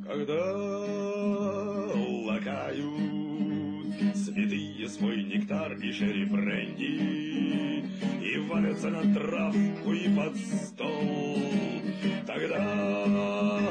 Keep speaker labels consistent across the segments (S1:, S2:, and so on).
S1: Когда лакают цветы свой нектар и шерри-бренди и валятся на травку и под стол, тогда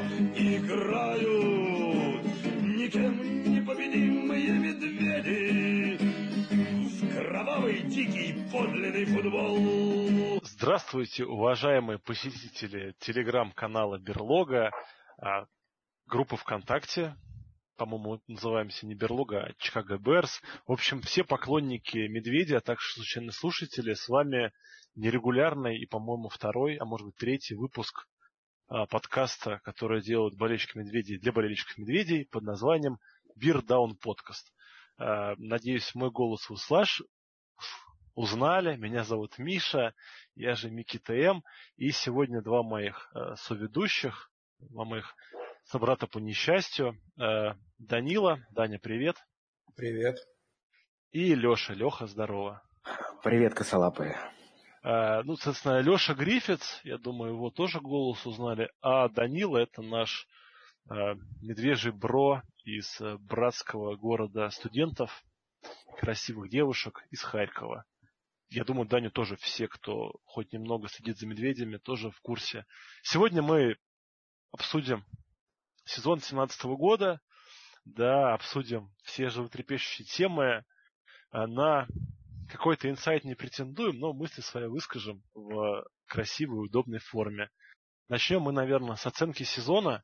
S1: играют никем не победимые медведи в кровавый дикий подлинный футбол.
S2: Здравствуйте, уважаемые посетители телеграм-канала Берлога, группы ВКонтакте, по-моему, называемся не Берлога, а Чикаго Берс. В общем, все поклонники медведя, а также случайные слушатели, с вами нерегулярный и, по-моему, второй, а может быть, третий выпуск подкаста, который делают болельщики медведей для болельщиков медведей под названием Beer Down Podcast. Надеюсь, мой голос узнали. Меня зовут Миша, я же Микита М. И сегодня два моих соведущих, два моих собрата по несчастью. Данила. Даня, привет.
S3: Привет.
S2: И Леша. Леха, здорово.
S4: Привет, косолапые.
S2: Соответственно, Леша Гриффитс, я думаю, его тоже голос узнали. А Данила — это наш медвежий бро из братского города студентов, красивых девушек из Харькова. Я думаю, Даню тоже все, кто хоть немного следит за медведями, тоже в курсе. Сегодня мы обсудим сезон 2017 года, да, обсудим все животрепещущие темы. На какой-то инсайт не претендуем, но мысли свои выскажем в красивой и удобной форме. Начнем мы, наверное, с оценки сезона.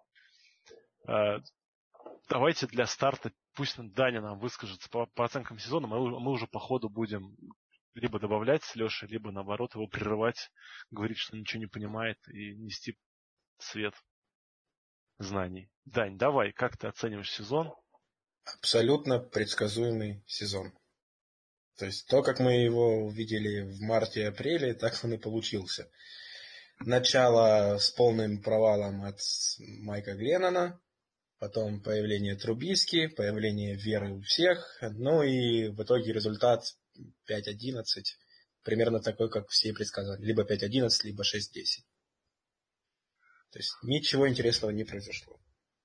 S2: Давайте для старта пусть Даня нам выскажется по оценкам сезона, мы уже по ходу будем либо добавлять с Лешей, либо наоборот его прерывать, говорить, что ничего не понимает и нести свет знаний. Дань, давай, как ты оцениваешь сезон?
S3: Абсолютно предсказуемый сезон. То есть то, как мы его увидели в марте-апреле, так он и получился. Начало с полным провалом от Майка Гленнона, потом появление Трубиски, появление веры у всех, ну и в итоге результат 5-11, примерно такой, как все предсказали. Либо 5-11, либо 6-10. То есть ничего интересного не произошло.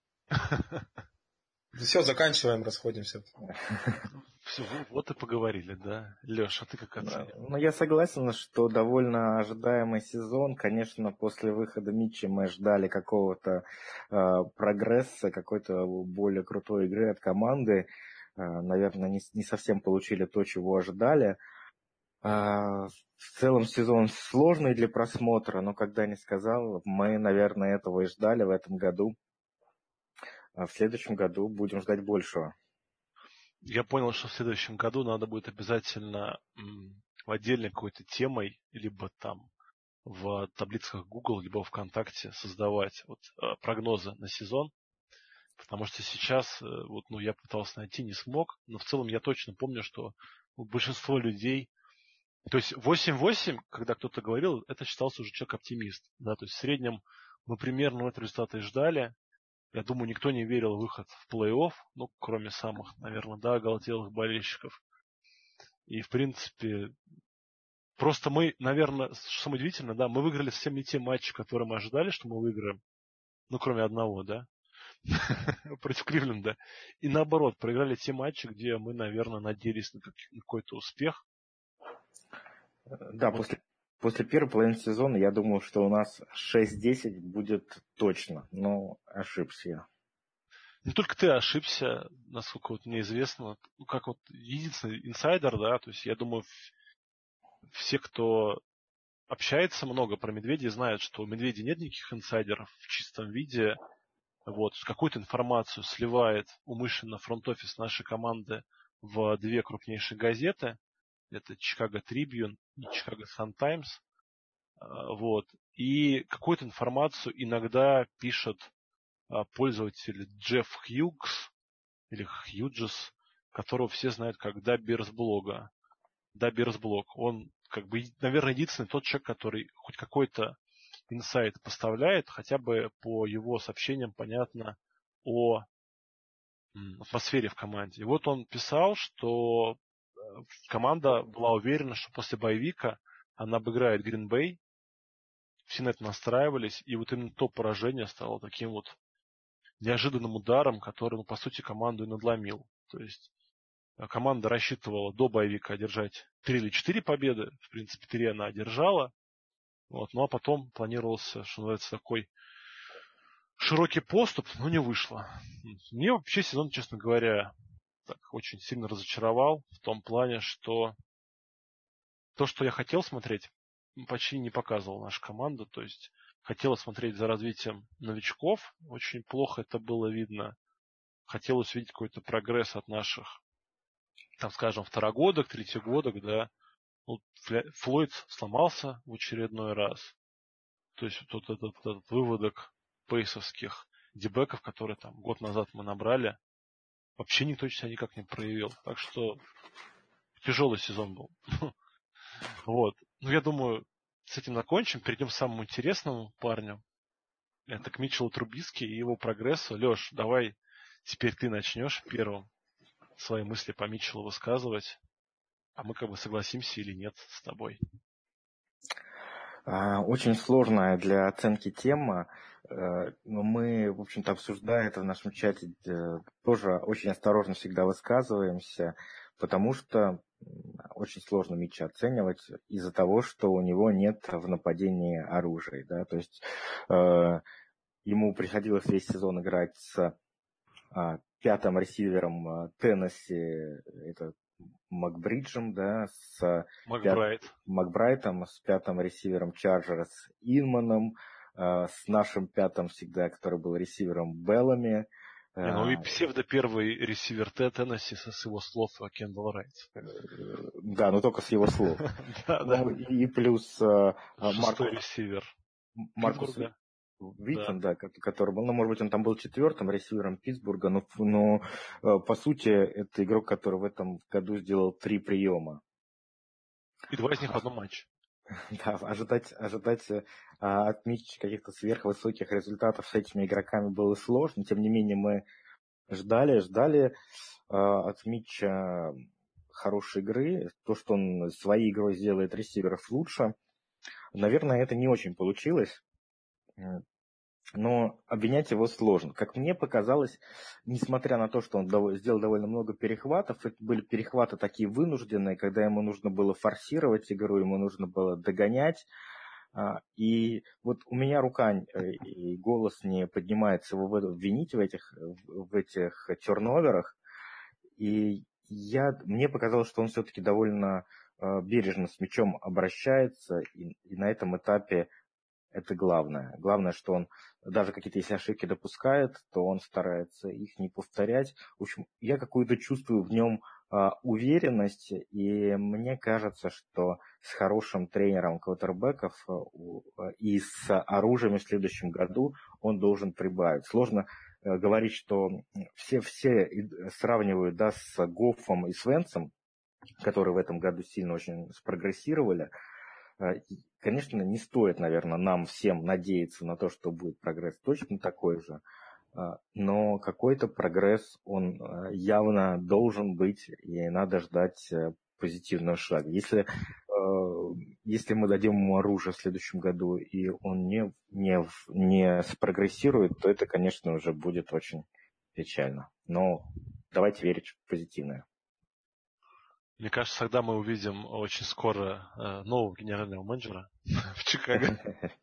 S3: Все, заканчиваем, расходимся.
S2: Все, вот и поговорили, да. Леша, ты как оцениваешь?
S4: Я согласен, что довольно ожидаемый сезон. Конечно, после выхода Митча мы ждали какого-то прогресса, какой-то более крутой игры от команды. Наверное, не совсем получили то, чего ожидали. В целом сезон сложный для просмотра, но, как Даня сказал, мы, наверное, этого и ждали в этом году. А в следующем году будем ждать большего.
S2: Я понял, что в следующем году надо будет обязательно в отдельной какой-то темой, либо там в таблицах Google, либо ВКонтакте создавать прогнозы на сезон. Потому что сейчас я пытался найти, не смог. Но в целом я точно помню, что большинство людей... То есть 8-8, когда кто-то говорил, это считался уже человек-оптимист. Да? То есть в среднем мы примерно этот результат и ждали. Я думаю, никто не верил в выход в плей-офф, кроме самых, наверное, оголтелых болельщиков. И, в принципе, просто мы, наверное, что самое удивительное, да, мы выиграли совсем не те матчи, которые мы ожидали, что мы выиграем. Кроме одного, да, против Кливленда. И наоборот, проиграли те матчи, где мы, наверное, надеялись на какой-то успех.
S4: Да, после первой половины сезона я думал, что у нас 6-10 будет точно, но ошибся я.
S2: Не только ты ошибся, насколько мне известно, как единственный инсайдер, да, то есть я думаю, все, кто общается много про медведей, знают, что у медведей нет никаких инсайдеров в чистом виде. Какую-то информацию сливает умышленно фронт-офис нашей команды в две крупнейшие газеты. Это Chicago Tribune и Chicago Sun-Times. И какую-то информацию иногда пишет пользователь Джефф Хьюгс или Хьюджес, которого все знают как Дабберсблога. Дабберсблог. Он, наверное, единственный тот человек, который хоть какой-то инсайт поставляет, хотя бы по его сообщениям понятно о атмосфере в команде. И он писал, что команда была уверена, что после боевика она обыграет Грин-Бэй. Все на это настраивались, и именно то поражение стало таким неожиданным ударом, который, ну, по сути, команду и надломил. То есть команда рассчитывала до боевика одержать 3 или 4 победы. В принципе, 3 она одержала. Вот. Ну а потом планировался, что называется, такой широкий поступ, но не вышло. Мне вообще сезон, честно говоря, так очень сильно разочаровал в том плане, что то, что я хотел смотреть, почти не показывала наша команда. То есть хотела смотреть за развитием новичков. Очень плохо это было видно. Хотелось видеть какой-то прогресс от наших, там, скажем, второгодок, третьегодок, да. Ну, Флойд сломался в очередной раз. То есть вот этот выводок пейсовских дебеков, которые там год назад мы набрали, вообще никто себя никак не проявил. Так что тяжелый сезон был. Вот. Ну, я думаю, с этим закончим. Перейдем к самому интересному парню. Это к Митчеллу Трубиски и его прогрессу. Леш, давай теперь ты начнешь первым свои мысли по Митчеллу высказывать. А мы как бы согласимся или нет с тобой.
S4: Очень сложная для оценки тема. Мы, в общем-то, обсуждая это в нашем чате, тоже очень осторожно всегда высказываемся, потому что очень сложно Митча оценивать из-за того, что у него нет в нападении оружия. Да? То есть ему приходилось весь сезон играть с пятым ресивером Теннесси, это Макбриджем, да, с Макбрайтом, с пятым ресивером Чарджерс Инманом, с нашим пятым всегда, который был ресивером Беллами.
S2: Ну и псевдо первый ресивер Теннесси с его слов Кендалл Райт.
S4: Да, но только с его слов. И плюс
S2: шестой ресивер
S4: Маркус Виттон, да, который был, ну, может быть, он там был четвертым ресивером Питтсбурга, но по сути, это игрок, который в этом году сделал 3 приема.
S2: И 2 из них в одном матче.
S4: Да, ожидать от Митча каких-то сверхвысоких результатов с этими игроками было сложно. Тем не менее, мы ждали от Митча хорошей игры. То, что он своей игрой сделает ресиверов лучше. Наверное, это не очень получилось. Но обвинять его сложно. Как мне показалось, несмотря на то, что он сделал довольно много перехватов, это были перехваты такие вынужденные, когда ему нужно было форсировать игру, ему нужно было догонять. И вот у меня рука и голос не поднимается его винить в этих терноверах. И мне показалось, что он все-таки довольно бережно с мячом обращается, и на этом этапе это главное. Главное, что он даже какие-то, если ошибки допускает, то он старается их не повторять. В общем, я какую-то чувствую в нем уверенность, и мне кажется, что с хорошим тренером квотербеков и с оружием в следующем году он должен прибавить. Сложно говорить, что все сравнивают, да, с Гоффом и Свенсом, которые в этом году сильно очень спрогрессировали. Конечно, не стоит, наверное, нам всем надеяться на то, что будет прогресс точно такой же, но какой-то прогресс, он явно должен быть, и надо ждать позитивного шага. Если мы дадим ему оружие в следующем году, и он не спрогрессирует, то это, конечно, уже будет очень печально. Но давайте верить в позитивное.
S2: Мне кажется, тогда мы увидим очень скоро нового генерального менеджера в Чикаго.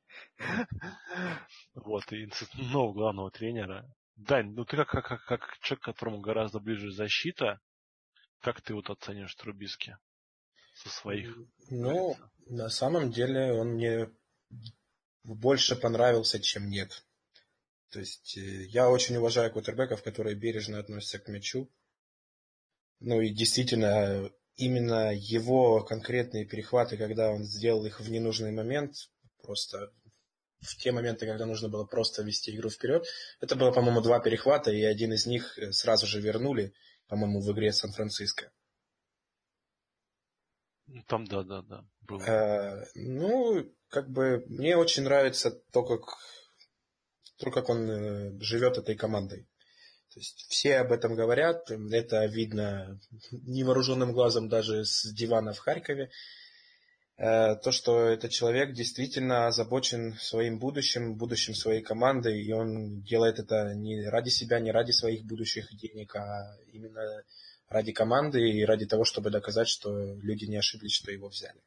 S2: Вот, и нового главного тренера. Дань, ну ты как человек, которому гораздо ближе защита, как ты вот оценишь Трубиски со своих?
S3: Ну, на самом деле он мне больше понравился, чем нет. То есть я очень уважаю квотербеков, которые бережно относятся к мячу. Ну и действительно, именно его конкретные перехваты, когда он сделал их в ненужный момент, просто в те моменты, когда нужно было просто вести игру вперед, это было, по-моему, 2 перехвата, и один из них сразу же вернули, по-моему, в игре с Сан-Франциско.
S2: Там, да, было.
S3: Ну, как бы, мне очень нравится то, как он живет этой командой. То есть все об этом говорят, это видно невооруженным глазом даже с дивана в Харькове. то, что этот человек действительно озабочен своим будущим своей команды, и он делает это не ради себя, не ради своих будущих денег, а именно ради команды и ради того, чтобы доказать, что люди не ошиблись, что его взяли.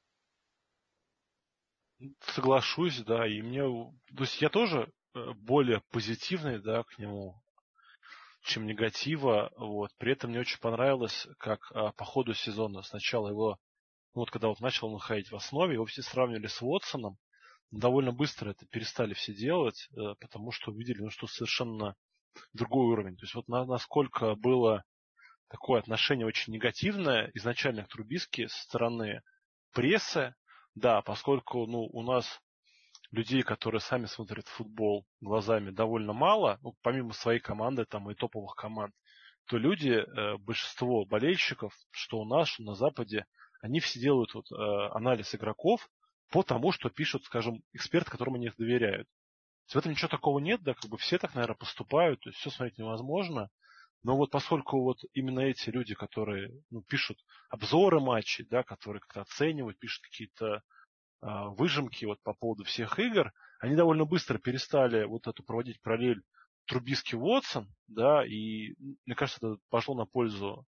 S2: Соглашусь, да, и мне... То есть я тоже более позитивный, да, к нему, чем негатива, вот. При этом мне очень понравилось, как по ходу сезона сначала его, вот когда вот начал он находить в основе, его все сравнивали с Уотсоном, довольно быстро это перестали все делать, потому что увидели, ну, что совершенно другой уровень. То есть вот насколько было такое отношение очень негативное изначально к Трубиске со стороны прессы, да, поскольку, ну, у нас людей, которые сами смотрят футбол глазами, довольно мало, ну, помимо своей команды там и топовых команд, то люди, большинство болельщиков, что у нас, что на Западе, они все делают вот, анализ игроков по тому, что пишут, скажем, эксперты, которым они их доверяют. В этом ничего такого нет, да, как бы все так, наверное, поступают, то есть все смотреть невозможно. Но вот поскольку вот именно эти люди, которые, ну, пишут обзоры матчей, да, которые как-то оценивают, пишут какие-то выжимки вот по поводу всех игр, они довольно быстро перестали вот эту проводить параллель Трубиский-Уотсон, да, и мне кажется, это пошло на пользу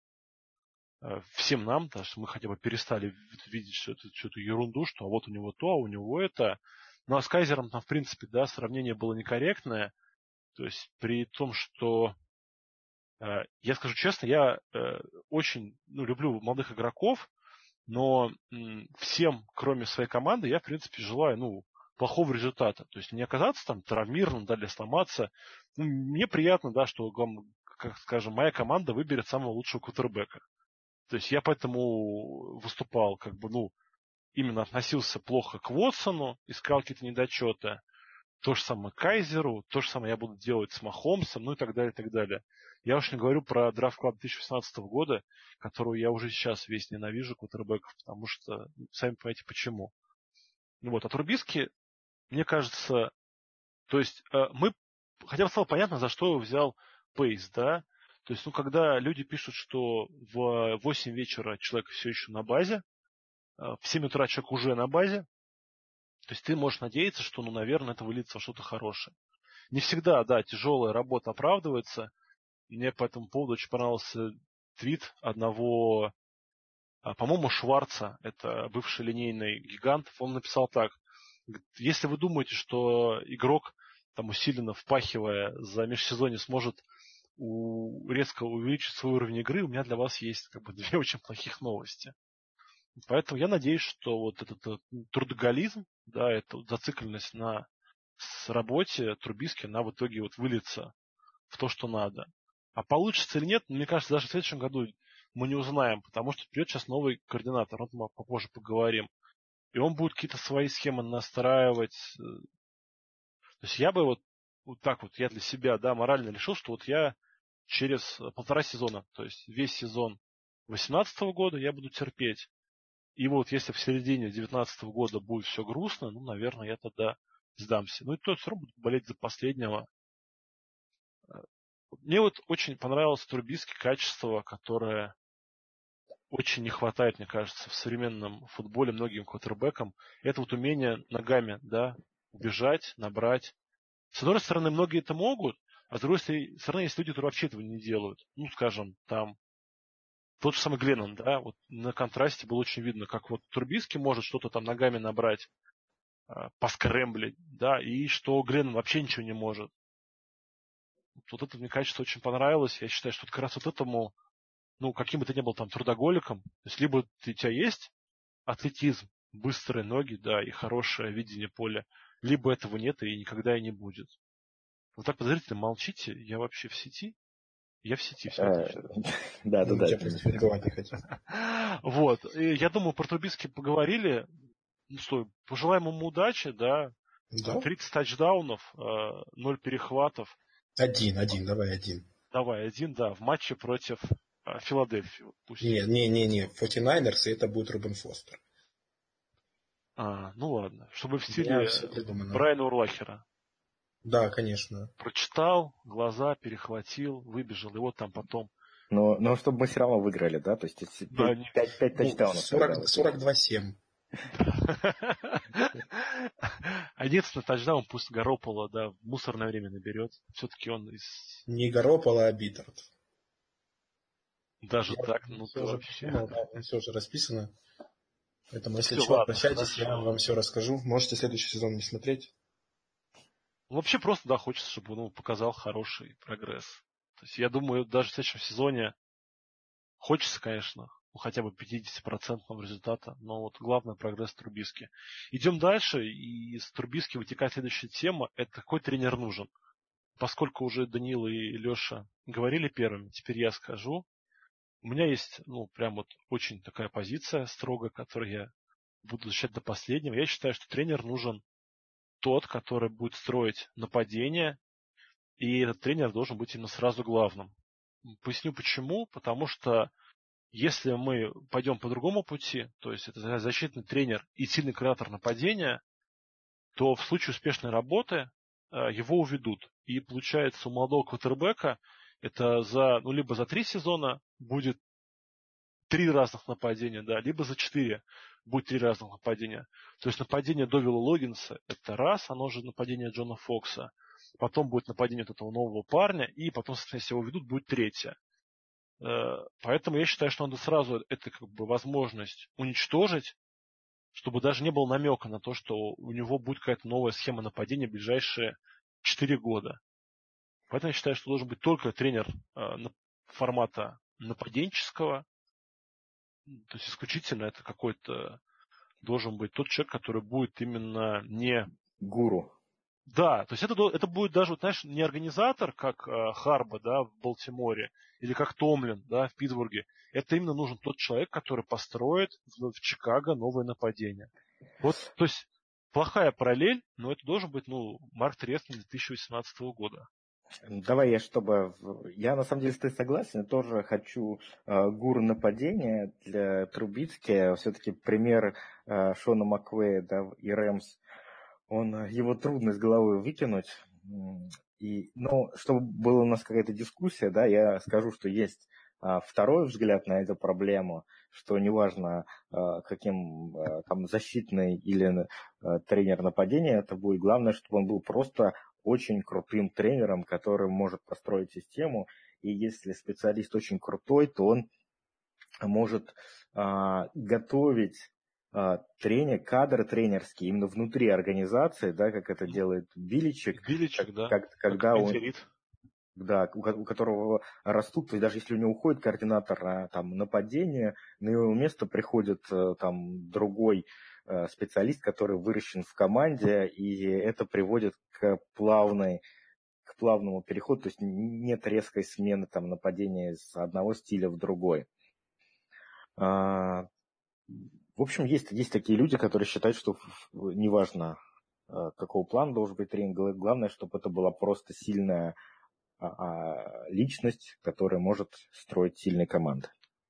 S2: всем нам, потому что мы хотя бы перестали видеть всю эту ерунду, что вот у него то, а у него это. Ну а с Кайзером там, в принципе, да, сравнение было некорректное, то есть при том, что я скажу честно, я очень люблю молодых игроков, но всем, кроме своей команды, я, в принципе, желаю, плохого результата. То есть не оказаться там травмированным, далее сломаться. Ну, мне приятно, да, что, как скажем, моя команда выберет самого лучшего квотербека. То есть я поэтому выступал, именно относился плохо к Уотсону, искал какие-то недочеты. То же самое к Кайзеру, то же самое я буду делать с Махомсом, ну и так далее, и так далее. Я уж не говорю про драфт клаб 2018 года, которую я уже сейчас весь ненавижу, квотербеков, потому что, сами понимаете, почему. А Трубиски, мне кажется, то есть хотя бы стало понятно, за что его взял Пейс, да? То есть, когда люди пишут, что в 8 вечера человек все еще на базе, в 7 утра человек уже на базе, то есть ты можешь надеяться, что, наверное, это выльется во что-то хорошее. Не всегда, да, тяжелая работа оправдывается. Мне по этому поводу очень понравился твит одного, по-моему, Шварца, это бывший линейный гигант. Он написал так: если вы думаете, что игрок, там усиленно впахивая за межсезонье, сможет резко увеличить свой уровень игры, у меня для вас есть две очень плохих новости. Поэтому я надеюсь, что вот этот трудоголизм, да, эта зацикленность на работе Трубиски, она в итоге выльется в то, что надо. А получится или нет, мне кажется, даже в следующем году мы не узнаем, потому что придет сейчас новый координатор, вот мы попозже поговорим. И он будет какие-то свои схемы настраивать. То есть я бы вот так я для себя, да, морально решил, что я через 1,5 сезона, то есть весь сезон 2018 года я буду терпеть. И если в середине 2019 года будет все грустно, наверное, я тогда сдамся. И то все равно буду болеть за последнего. Мне очень понравилось Трубиски качество, которое очень не хватает, мне кажется, в современном футболе многим квотербекам. Это умение ногами, да, убежать, набрать. С одной стороны, многие это могут, а с другой стороны, есть люди, которые вообще этого не делают. Скажем, там тот же самый Гленнон, да, на контрасте было очень видно, как Трубиски может что-то там ногами набрать, поскрэмблить, да, и что Гленнон вообще ничего не может. Это мне качество очень понравилось. Я считаю, что как раз этому, каким бы ты ни был там трудоголиком, то есть либо у тебя есть атлетизм, быстрые ноги, да, и хорошее видение поля, либо этого нет и никогда и не будет. Вы так подозрительно молчите, я вообще в сети? Я в сети все.
S4: Да.
S3: Я просто перебивать не хотел.
S2: И я думаю, про Трубиски поговорили. Пожелаем ему удачи, да. 30 тачдаунов, 0 перехватов.
S3: Один, давай один.
S2: Давай, один, да, в матче против Филадельфии.
S3: Не, 49ers, и это будет Рубен Фостер.
S2: Ладно. Чтобы в стиле Брайана Урлахера.
S3: Да, конечно.
S2: Прочитал, глаза перехватил, выбежал, и там потом.
S4: Но чтобы мы все равно выиграли, да? То есть 5 тачдаунов.
S3: 42-7.
S2: Единственный тачдаун пусть Гарополо, да, в мусорное время наберет. Все-таки он из...
S3: Не Гарополо, а Биттерт.
S2: Даже
S3: Я
S2: так, ну ты
S3: все уже
S2: вообще...
S3: придумал, да, все уже расписано. Поэтому, если
S2: Все,
S3: что,
S2: ладно,
S3: обращайтесь, я
S2: хорошо.
S3: вам все расскажу. Можете следующий сезон не смотреть.
S2: Ну, вообще просто, да, хочется, чтобы он показал хороший прогресс. То есть я думаю, даже в следующем сезоне хочется, конечно, ну, хотя бы 50% результата, но вот главное прогресс Трубиски. Идем дальше, и из Трубиски вытекает следующая тема, это какой тренер нужен. Поскольку уже Даниил и Леша говорили первыми, теперь я скажу. У меня есть, ну, прям вот очень такая позиция строгая, которую я буду защищать до последнего. Я считаю, что тренер нужен тот, который будет строить нападение, и этот тренер должен быть именно сразу главным. Поясню почему. Потому что если мы пойдем по другому пути, то есть это защитный тренер и сильный креатор нападения, то в случае успешной работы его уведут. И получается, у молодого квотербека это либо за 3 сезона будет 3 разных нападения, да, либо за 4 будет 3 разных нападения. То есть нападение Довила Логинса это раз, оно же нападение Джона Фокса. Потом будет нападение этого нового парня, и потом, соответственно, если его ведут, будет третье. Поэтому я считаю, что надо сразу эту как бы возможность уничтожить, чтобы даже не было намека на то, что у него будет какая-то новая схема нападения в ближайшие 4 года. Поэтому я считаю, что должен быть только тренер формата нападенческого, то есть исключительно это какой-то должен быть тот человек, который будет именно не...
S4: Гуру.
S2: Да, то есть это будет даже, вот, знаешь, не организатор, как Харба, да, в Балтиморе, или как Томлин, да, в Питтсбурге. Это именно нужен тот человек, который построит в Чикаго новое нападение. Вот, то есть плохая параллель, но это должен быть, Марк Трестин 2018 года.
S4: Давай я на самом деле с тобой согласен, я тоже хочу гуру нападения для Трубицки. Все-таки пример Шона Маквея, да, и Рэмс, его трудно из головы выкинуть. Но чтобы была у нас какая-то дискуссия, да, я скажу, что есть второй взгляд на эту проблему, что неважно, каким там защитный или тренер нападения это будет, главное, чтобы он был просто очень крутым тренером, который может построить систему, и если специалист очень крутой, то он может готовить кадры тренерские именно внутри организации, да, как это делает Биличек.
S2: Да.
S4: Когда он, да, у которого растут, то есть даже если у него уходит координатор нападения, на его место приходит там другой специалист, который выращен в команде, и это приводит к плавному переходу, то есть нет резкой смены там нападения из одного стиля в другой. В общем, есть такие люди, которые считают, что неважно, какого плана должен быть тренинг, главное, чтобы это была просто сильная личность, которая может строить сильные команды.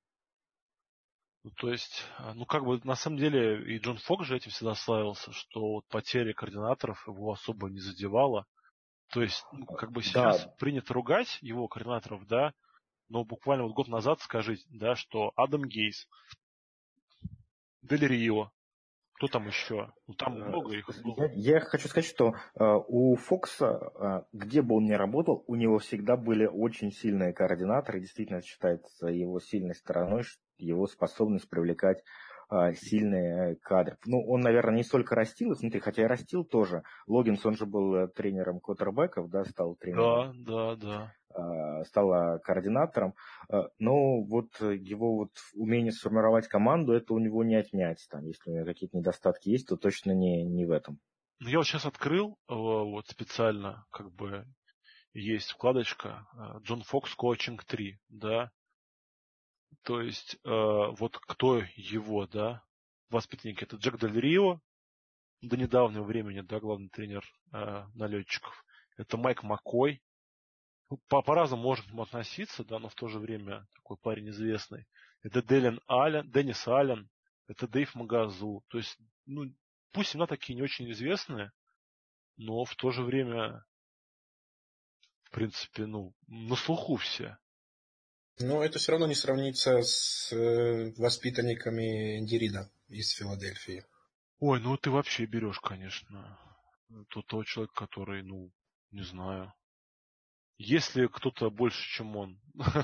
S2: То есть, на самом деле, и Джон Фокс же этим всегда славился, что вот потеря координаторов его особо не задевала. То есть, сейчас принято ругать его координаторов, да, но буквально вот год назад скажите, да, что Адам Гейс, Дель Рио, кто там еще? Там много их было.
S4: Я хочу сказать, что у Фокса, где бы он ни работал, у него всегда были очень сильные координаторы. Действительно, это считается его сильной стороной, его способность привлекать сильные кадры. Он, наверное, не столько растил их внутри, хотя и растил тоже. Логинс, он же был тренером квотербеков, да, стал тренером.
S2: Да.
S4: Стал координатором, но вот его вот умение сформировать команду, это у него не отнять. Там, если у него какие-то недостатки есть, то точно не в этом.
S2: Я вот сейчас открыл, вот специально, есть вкладочка Джон Фокс Коучинг 3, да. То есть, вот кто его, да, воспитанники, это Джек Дель Рио, до недавнего времени, да, главный тренер налетчиков. Это Майк Маккой. По-разному можно к нему относиться, да, но в то же время такой парень известный. Это Деннис Аллен, это Дэйв Магазу. То есть, пусть имена такие не очень известные, но в то же время, в принципе, на слуху все.
S3: Но это все равно не сравнится с воспитанниками Энди Рида из Филадельфии.
S2: Ой, ну ты вообще берешь, конечно. Тот человек, который, ну, не знаю. Если кто-то больше, чем он.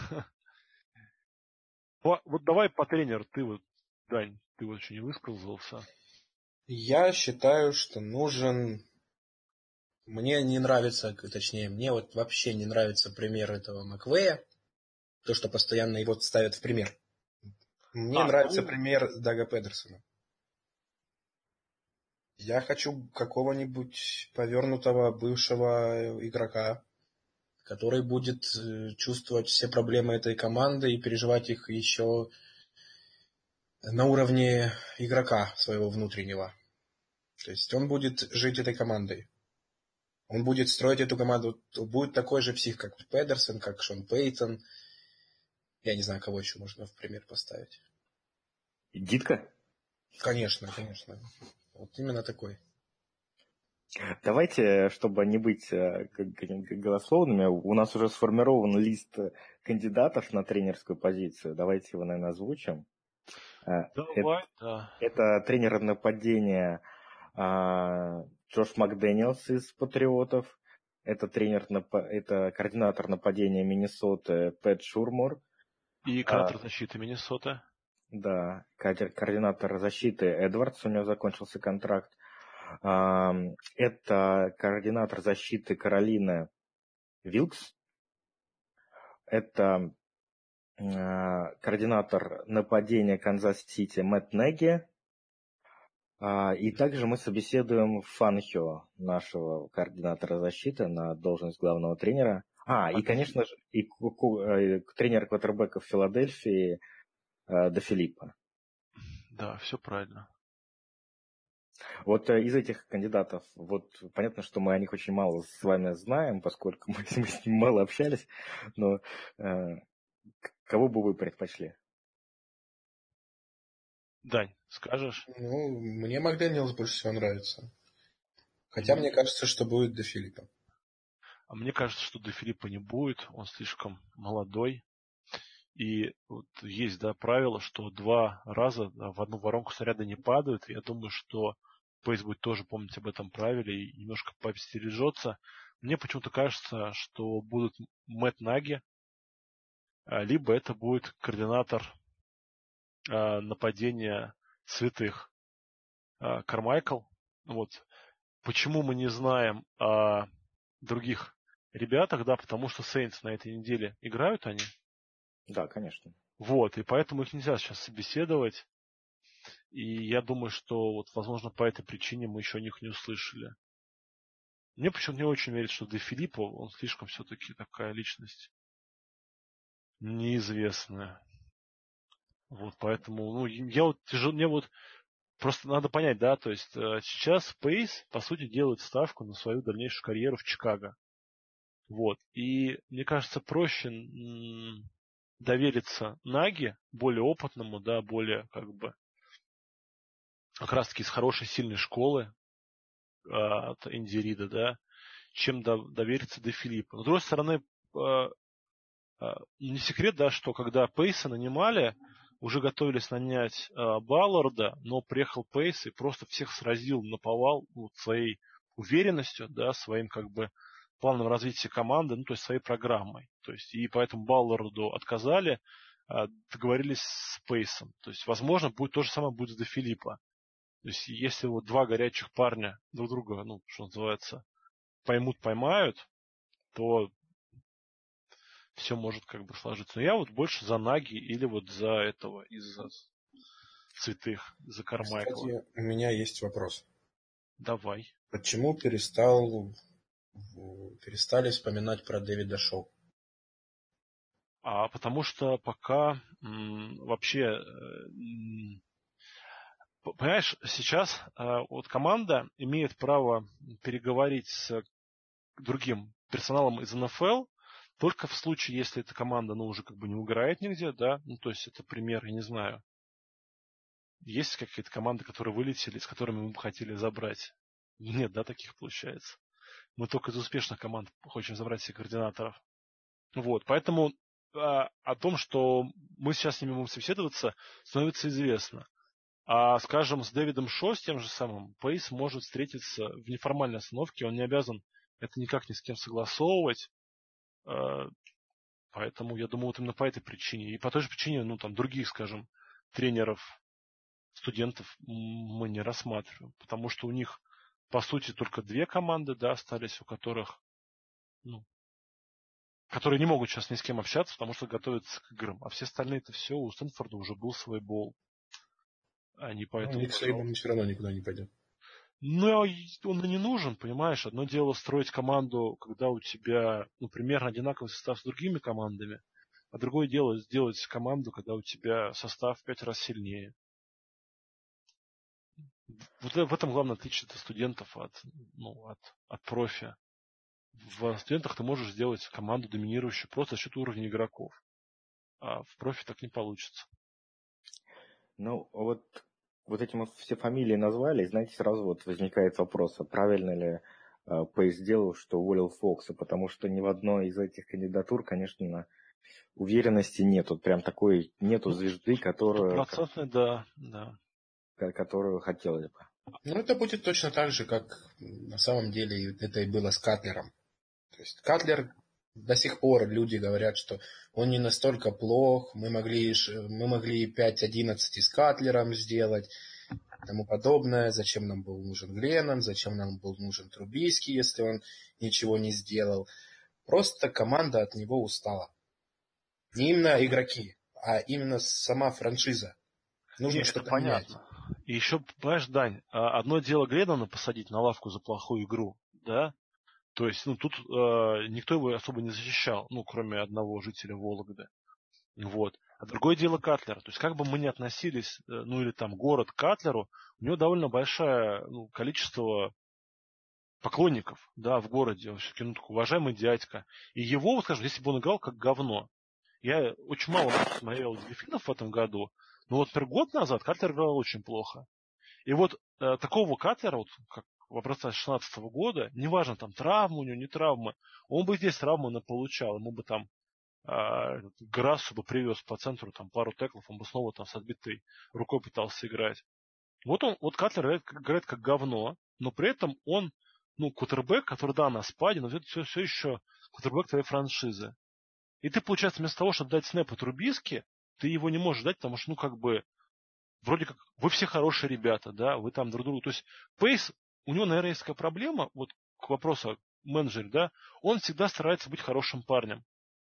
S2: Вот давай по тренеру, ты вот, Дань, ты вот еще не высказался.
S3: Я считаю, что нужен... Мне не нравится, точнее, мне вот вообще не нравится пример этого Маквея. То, что постоянно его ставят в пример. Мне нравится пример Дага Педерсона. Я хочу какого-нибудь повернутого бывшего игрока, который будет чувствовать все проблемы этой команды и переживать их еще на уровне игрока своего внутреннего. То есть он будет жить этой командой. Он будет строить эту команду. Будет такой же псих, как Педерсон, как Шон Пейтон. Я не знаю, кого еще можно в пример поставить.
S4: Дитка?
S3: Конечно, конечно. Вот именно такой.
S4: Давайте, чтобы не быть голословными, у нас уже сформирован лист кандидатов на тренерскую позицию. Давайте его, наверное, озвучим.
S2: Давай, да.
S4: Это тренер нападения Джош Макдэниелс из Патриотов. Это координатор нападения Миннесоты Пэт Шурмур.
S2: И координатор защиты Миннесоты.
S4: Да, координатор защиты Эдвардс, у него закончился контракт. Это координатор защиты Каролины Вилкс. Это координатор нападения Канзас-Сити Мэтт Неги. И также мы собеседуем Фанхио, нашего координатора защиты, на должность главного тренера. И, конечно же, и тренер квотербеков Филадельфии Де Филиппо.
S2: Да, все правильно.
S4: Вот из этих кандидатов, вот понятно, что мы о них очень мало с вами знаем, поскольку мы с ними мало общались, но кого бы вы предпочли?
S2: Дань, скажешь?
S3: Ну, мне Макдэниелс больше всего нравится. Хотя мне кажется, что будет Де Филиппо.
S2: А мне кажется, что Де Филиппо не будет, он слишком молодой. И вот есть, да, правило, что 2 раза в одну воронку снаряда не падают. Я думаю, что Пейс будет тоже помнить об этом правиле и немножко поостережется. Мне почему-то кажется, что будут Мэтт Наги, либо это будет координатор нападения святых Кармайкл. Вот. Почему мы не знаем о других ребятах, да, потому что Сейнтс на этой неделе играют они.
S4: Да, конечно.
S2: Вот, и поэтому их нельзя сейчас собеседовать. И я думаю, что вот, возможно, по этой причине мы еще о них не услышали. Мне почему-то не очень верится, что Де Филиппо, он слишком все-таки такая личность неизвестная. Вот, поэтому, ну, я вот тяжело, мне вот просто надо понять, да, то есть сейчас Пейс, по сути, делает ставку на свою дальнейшую карьеру в Чикаго. Вот, и мне кажется, проще довериться Наги, более опытному, да, более, как раз таки из хорошей, сильной школы от Энди Рида, да, чем довериться Де Филиппо. Но, с другой стороны, не секрет, да, что когда Пейса нанимали, уже готовились нанять Балларда, но приехал Пейс и просто всех сразил, наповал своей уверенностью, да, своим планом развития команды, ну, то есть своей программой. То есть, и поэтому Балларду отказали, договорились с Пейсом. То есть, возможно, будет то же самое будет с Де Филиппо. То есть, если вот 2 горячих парня друг друга, ну, что называется, поймают, то все может сложиться. Но я вот больше за Наги или вот за этого, из-за святых, за Кармайкла.
S3: Кстати, у меня есть вопрос.
S2: Давай.
S3: Почему перестали вспоминать про Дэвида Шоу?
S2: Потому что пока вообще, понимаешь, сейчас вот команда имеет право переговорить с другим персоналом из НФЛ только в случае, если эта команда, ну, уже не угорает нигде, да, ну, то есть это пример, я не знаю. Есть какие-то команды, которые вылетели, с которыми мы бы хотели забрать? Нет, да, таких получается. Мы только из успешных команд хотим забрать себе координаторов. Вот, поэтому о том, что мы сейчас с ними будем собеседоваться, становится известно. А, скажем, с Дэвидом Шо, с тем же самым, Пейс может встретиться в неформальной остановке, он не обязан это никак ни с кем согласовывать. Поэтому я думаю, вот именно по этой причине. И по той же причине, других, скажем, тренеров, студентов мы не рассматриваем. Потому что у них, по сути, только 2 команды, да, остались, у которых, которые не могут сейчас ни с кем общаться, потому что готовятся к играм. А все остальные-то все, у Стэнфорда уже был свой боул. Они поэтому,
S3: Ник Сейбан все равно никуда не пойдет.
S2: Он и не нужен, понимаешь. Одно дело строить команду, когда у тебя, примерно одинаковый состав с другими командами, а другое дело сделать команду, когда у тебя состав в 5 раз сильнее. Вот в этом главное отличие студентов от профи. В студентах ты можешь сделать команду доминирующую просто за счет уровня игроков. А в профи так не получится.
S4: Вот эти мы все фамилии назвали, и, знаете, сразу вот возникает вопрос, а правильно ли Пейс сделал, что уволил Фокса, потому что ни в одной из этих кандидатур, конечно, уверенности нету, прям такой нету звезды, которую хотелось бы.
S3: Это будет точно так же, как на самом деле это и было с Катлером. То есть Катлер до сих пор люди говорят, что он не настолько плох, мы могли 5-11 с Катлером сделать, и тому подобное. Зачем нам был нужен Гленнон, зачем нам был нужен Трубийский, если он ничего не сделал. Просто команда от него устала. Не именно игроки, а именно сама франшиза. Нужно что-то менять.
S2: И еще, понимаешь, Дань, одно дело Гленнона посадить на лавку за плохую игру, да? То есть, тут никто его особо не защищал, кроме одного жителя Вологды. Вот. А другое дело Катлера. То есть, как бы мы ни относились, или там город к Катлеру, у него довольно большое количество поклонников, да, в городе. Он все-таки, такой уважаемый дядька. И его, скажем, если бы он играл как говно. Я очень мало смотрел дельфинов в этом году, но вот, например, год назад Катлер играл очень плохо. И вот такого Катлера, как в образце 2016 года, неважно, там травма у него, не травма, он бы здесь травмы получал, ему бы там Грассу бы привез по центру там пару теклов, он бы снова там с отбитой рукой пытался играть. Вот Катлер играет как говно, но при этом он, квотербек, который, да, на спаде, но это все еще квотербек твоей франшизы. И ты, получается, вместо того, чтобы дать снэп Трубиске, ты его не можешь дать, потому что, вроде как, вы все хорошие ребята, да, вы там друг другу. То есть Пейс, у него, наверное, есть такая проблема, вот к вопросу о менеджере, да, он всегда старается быть хорошим парнем.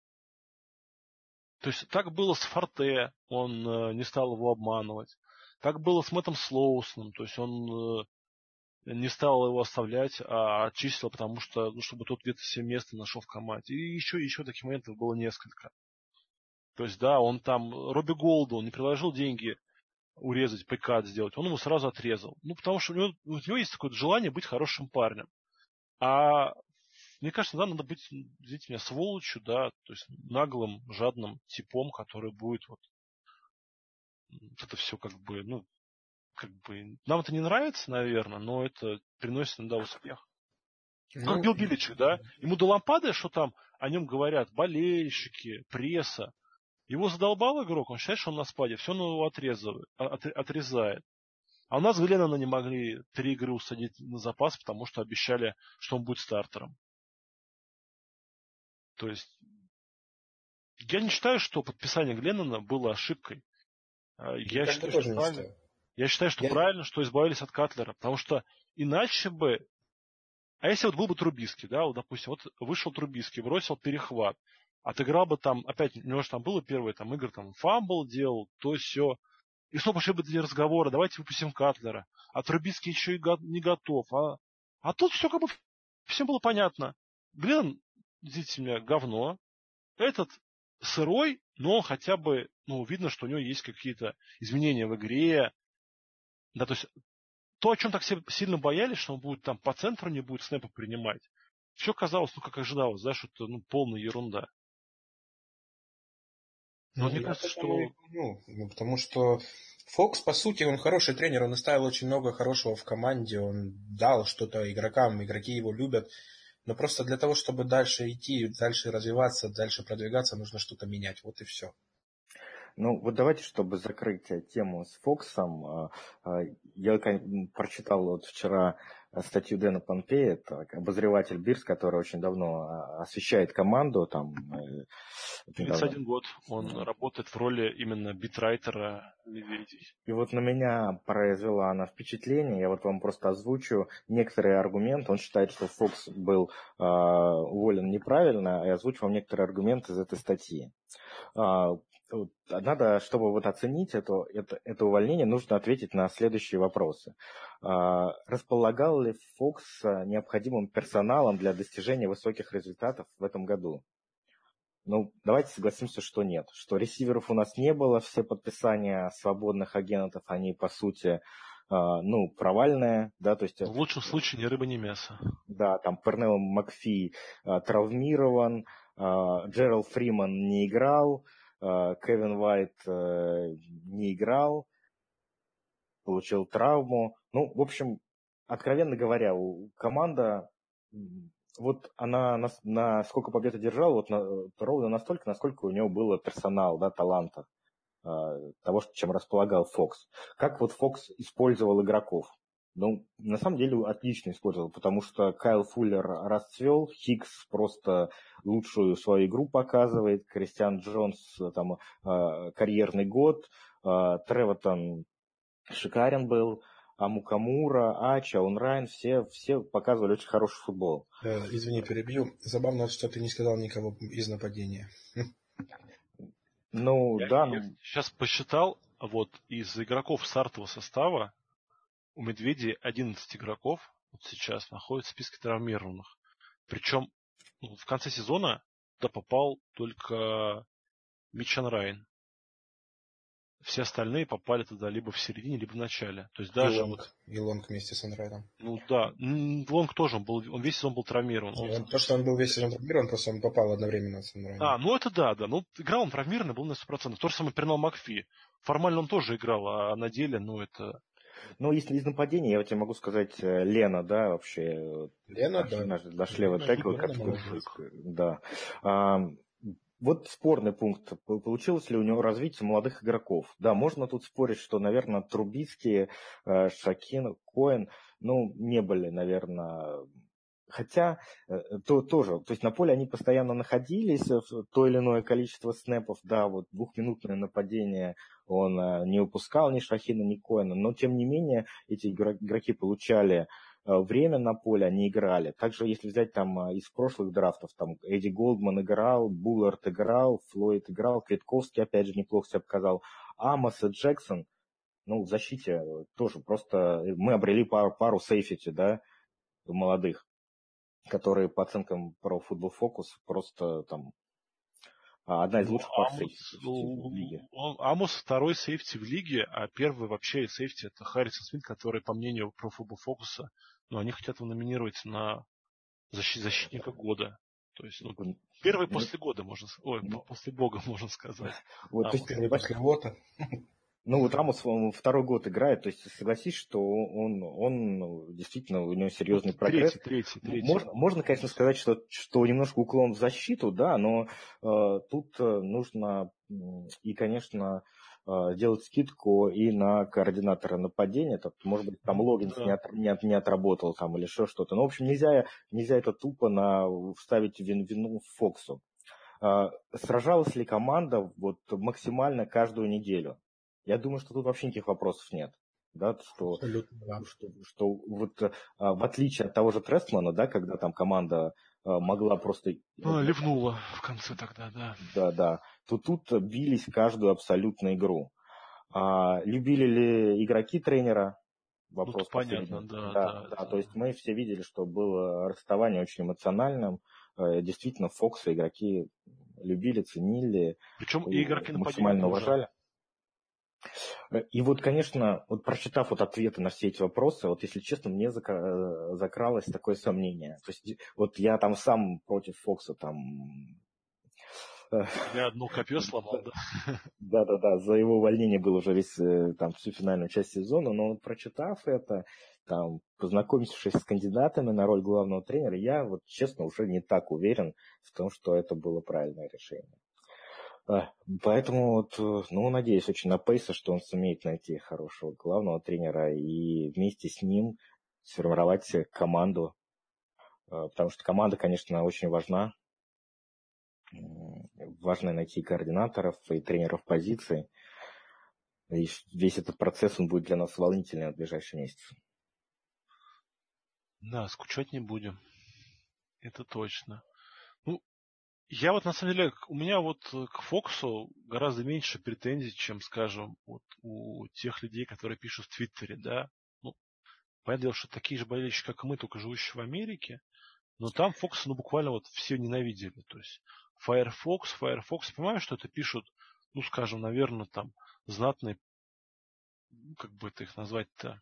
S2: То есть так было с Форте, он не стал его обманывать. Так было с Мэттом Слоусоном, то есть он не стал его оставлять, а отчислил, потому что, чтобы тот где-то себе место нашел в команде. И еще таких моментов было несколько. То есть, да, он там, Робби Голду, он не приложил деньги урезать, пэкат сделать, он ему сразу отрезал. Потому что у него есть такое желание быть хорошим парнем. А мне кажется, да, надо быть, извините меня, сволочью, да, то есть наглым, жадным типом, который будет вот это все нам это не нравится, наверное, но это приносит иногда успех. Как Билл Беличек, да, ему до лампады, что там о нем говорят болельщики, пресса. Его задолбал игрок, он считает, что он на спаде, все он его отрезает. А у нас Гленнона не могли 3 игры усадить на запас, потому что обещали, что он будет стартером. То есть я не считаю, что подписание Гленнона было ошибкой. Я считаю, что правильно, что избавились от Катлера, потому что иначе бы... А если вот был бы Трубиский, да, вот, допустим, вот вышел Трубиский, бросил перехват, отыграл бы там, опять, у него же там было первые там игры, там фамбл делал, то все. И снова пошли бы эти разговоры, давайте выпустим Катлера. А Трубиский еще и не готов. А тут все всем было понятно. Гленнон, извините меня, говно. Этот сырой, но хотя бы, видно, что у него есть какие-то изменения в игре. Да, то есть то, о чем так все сильно боялись, что он будет там по центру не будет снэпа принимать, все казалось, как ожидалось, да, что это полная ерунда. Но мне кажется, что...
S3: потому что Фокс, по сути, он хороший тренер, он оставил очень много хорошего в команде, он дал что-то игрокам, игроки его любят, но просто для того, чтобы дальше идти, дальше развиваться, дальше продвигаться, нужно что-то менять, вот и все.
S4: Ну, вот давайте, чтобы закрыть тему с Фоксом, я прочитал вот вчера статью Дэна Помпея, это обозреватель Бирс, который очень давно освещает команду. Там,
S2: 31 год. Он работает в роли именно битрайтера медведей.
S4: И вот на меня произвела она впечатление. Я вот вам просто озвучу некоторые аргументы. Он считает, что Фокс был уволен неправильно, и озвучу вам некоторые аргументы из этой статьи. Надо, чтобы вот оценить это увольнение, нужно ответить на следующие вопросы. Располагал ли Фокс необходимым персоналом для достижения высоких результатов в этом году? Ну, давайте согласимся, что нет. Что ресиверов у нас не было, все подписания свободных агентов, они, по сути, провальные. Да, то есть,
S2: в лучшем случае ни рыба, ни мясо.
S4: Да, там Пернелл Макфи травмирован, Джеральд Фриман не играл, Кевин Уайт не играл, получил травму. Ну, в общем, откровенно говоря, команда, вот она на сколько побед одержала, вот ровно настолько, насколько у него было персонал, да, таланта, того, чем располагал Фокс. Как вот Фокс использовал игроков? Ну, на самом деле, отлично использовал, потому что Кайл Фуллер расцвел, Хиггс просто лучшую свою игру показывает, Кристиан Джонс там карьерный год, Тревотон шикарен был, Амукамура, Ача, Унрайн, все показывали очень хороший футбол.
S3: Извини, перебью. Забавно, что ты не сказал никого из нападения.
S4: Ну, да.
S2: Я сейчас посчитал, вот из игроков стартового состава у Медведей 11 игроков вот сейчас находятся в списке травмированных. Причем в конце сезона туда попал только Митчан Райн. Все остальные попали туда либо в середине, либо в начале. То есть даже
S3: и Лонг вместе с Анрайном.
S2: Ну да, Лонг тоже он весь сезон был травмирован.
S3: То, что он был весь сезон травмирован, просто он попал одновременно с Анрайном.
S2: Ну это да. Ну, играл он травмированный, был на 100%. То же самое Пернелл Макфи. Формально он тоже играл, а на деле, это...
S4: Ну, если из нападения, я тебе могу сказать, Лена, да, вообще.
S3: Лена, да.
S4: Наш левый текл, да. Вот спорный пункт. Получилось ли у него развитие молодых игроков? Да, можно тут спорить, что, наверное, Трубицкий, Шакин, Коэн, не были, наверное... Хотя, тоже, то есть на поле они постоянно находились, то или иное количество снэпов, да, вот двухминутное нападение он не упускал ни Шахина, ни Коэна, но тем не менее эти игроки получали время на поле, они играли. Также, если взять там из прошлых драфтов, там Эдди Голдман играл, Буллард играл, Флойд играл, Квитковский опять же неплохо себя показал, Амос и Джексон, в защите тоже просто мы обрели пару сейфити, да, молодых, которые по оценкам Pro Football Focus просто там одна из лучших пар сейфти в лиге.
S2: Амос второй сейфти в лиге, а первый вообще сейфти это Харрисон Смит, который, по мнению Pro Football Focus, они хотят его номинировать на защитника года. То есть, первый после года, после бога, можно сказать.
S3: Вот, то есть первый после года.
S4: Вот Рамос второй год играет, то есть согласись, что он действительно, у него серьезный прогресс.
S2: Третий.
S4: Можно, конечно, сказать, что немножко уклон в защиту, да, но тут нужно и, конечно, делать скидку и на координатора нападения. Может быть, там Логинс не отработал там или еще что-то. В общем, нельзя это тупо вставить вину Фоксу. Сражалась ли команда максимально каждую неделю? Я думаю, что тут вообще никаких вопросов нет. Да, что в отличие от того же Трестмана, да, когда там команда могла просто...
S2: ливнула в конце тогда, да.
S4: Да. То тут бились каждую абсолютно игру. Любили ли игроки тренера? Вопрос
S2: понятно,
S4: да. То есть мы все видели, что было расставание очень эмоциональным. Действительно, Фокса игроки любили, ценили.
S2: Причем и игроки
S4: максимально уважали. И конечно, прочитав ответы на все эти вопросы, если честно, мне закралось такое сомнение. То есть я там сам против Фокса там...
S2: Я одно копье сломал,
S4: да. Да, за его увольнение был уже всю финальную часть сезона, но прочитав это, познакомившись с кандидатами на роль главного тренера, я честно уже не так уверен в том, что это было правильное решение. Поэтому, надеюсь очень на Пейса, что он сумеет найти хорошего главного тренера и вместе с ним сформировать команду. Потому что команда, конечно, очень важна. Важно найти координаторов и тренеров позиций. И весь этот процесс, он будет для нас волнительный в ближайшие месяцы.
S2: Да, скучать не будем. Это точно. Я вот на самом деле, у меня вот к Фоксу гораздо меньше претензий, чем, скажем, вот у тех людей, которые пишут в Твиттере, да. Понятное дело, что такие же болельщики, как и мы, только живущие в Америке, но там Фокса, буквально вот все ненавидели. То есть Firefox, понимаю, что это пишут, скажем, наверное, там знатные, как бы это их назвать-то,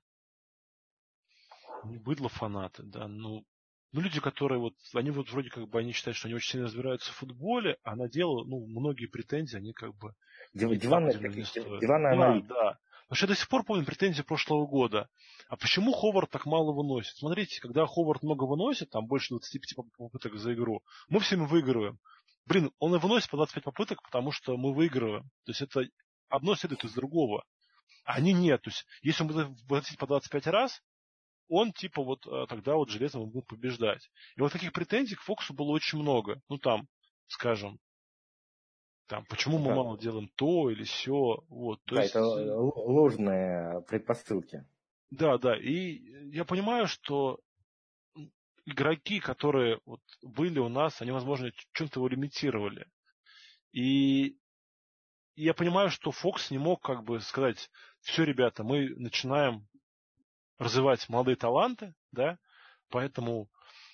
S2: не быдло фанаты, да, люди, которые они вроде как бы, они считают, что они очень сильно разбираются в футболе, а на дело, многие претензии, они как бы
S4: Диванные аналитики.
S2: Да. Потому что я до сих пор помню претензии прошлого года. А почему Ховард так мало выносит? Смотрите, когда Ховард много выносит, там больше 25 попыток за игру, мы всеми выигрываем. Он и выносит по 25 попыток, потому что мы выигрываем. То есть это одно следует из другого. А они нет. То есть если он будет выносить по 25 раз, он тогда железно будет побеждать. И вот таких претензий к Фоксу было очень много. Скажем, почему мы мало делаем то или сё.
S4: Это ложные предпосылки.
S2: Да. И я понимаю, что игроки, которые были у нас, они, возможно, чем-то его лимитировали. И я понимаю, что Фокс не мог сказать, все, ребята, мы начинаем развивать молодые таланты, да, поэтому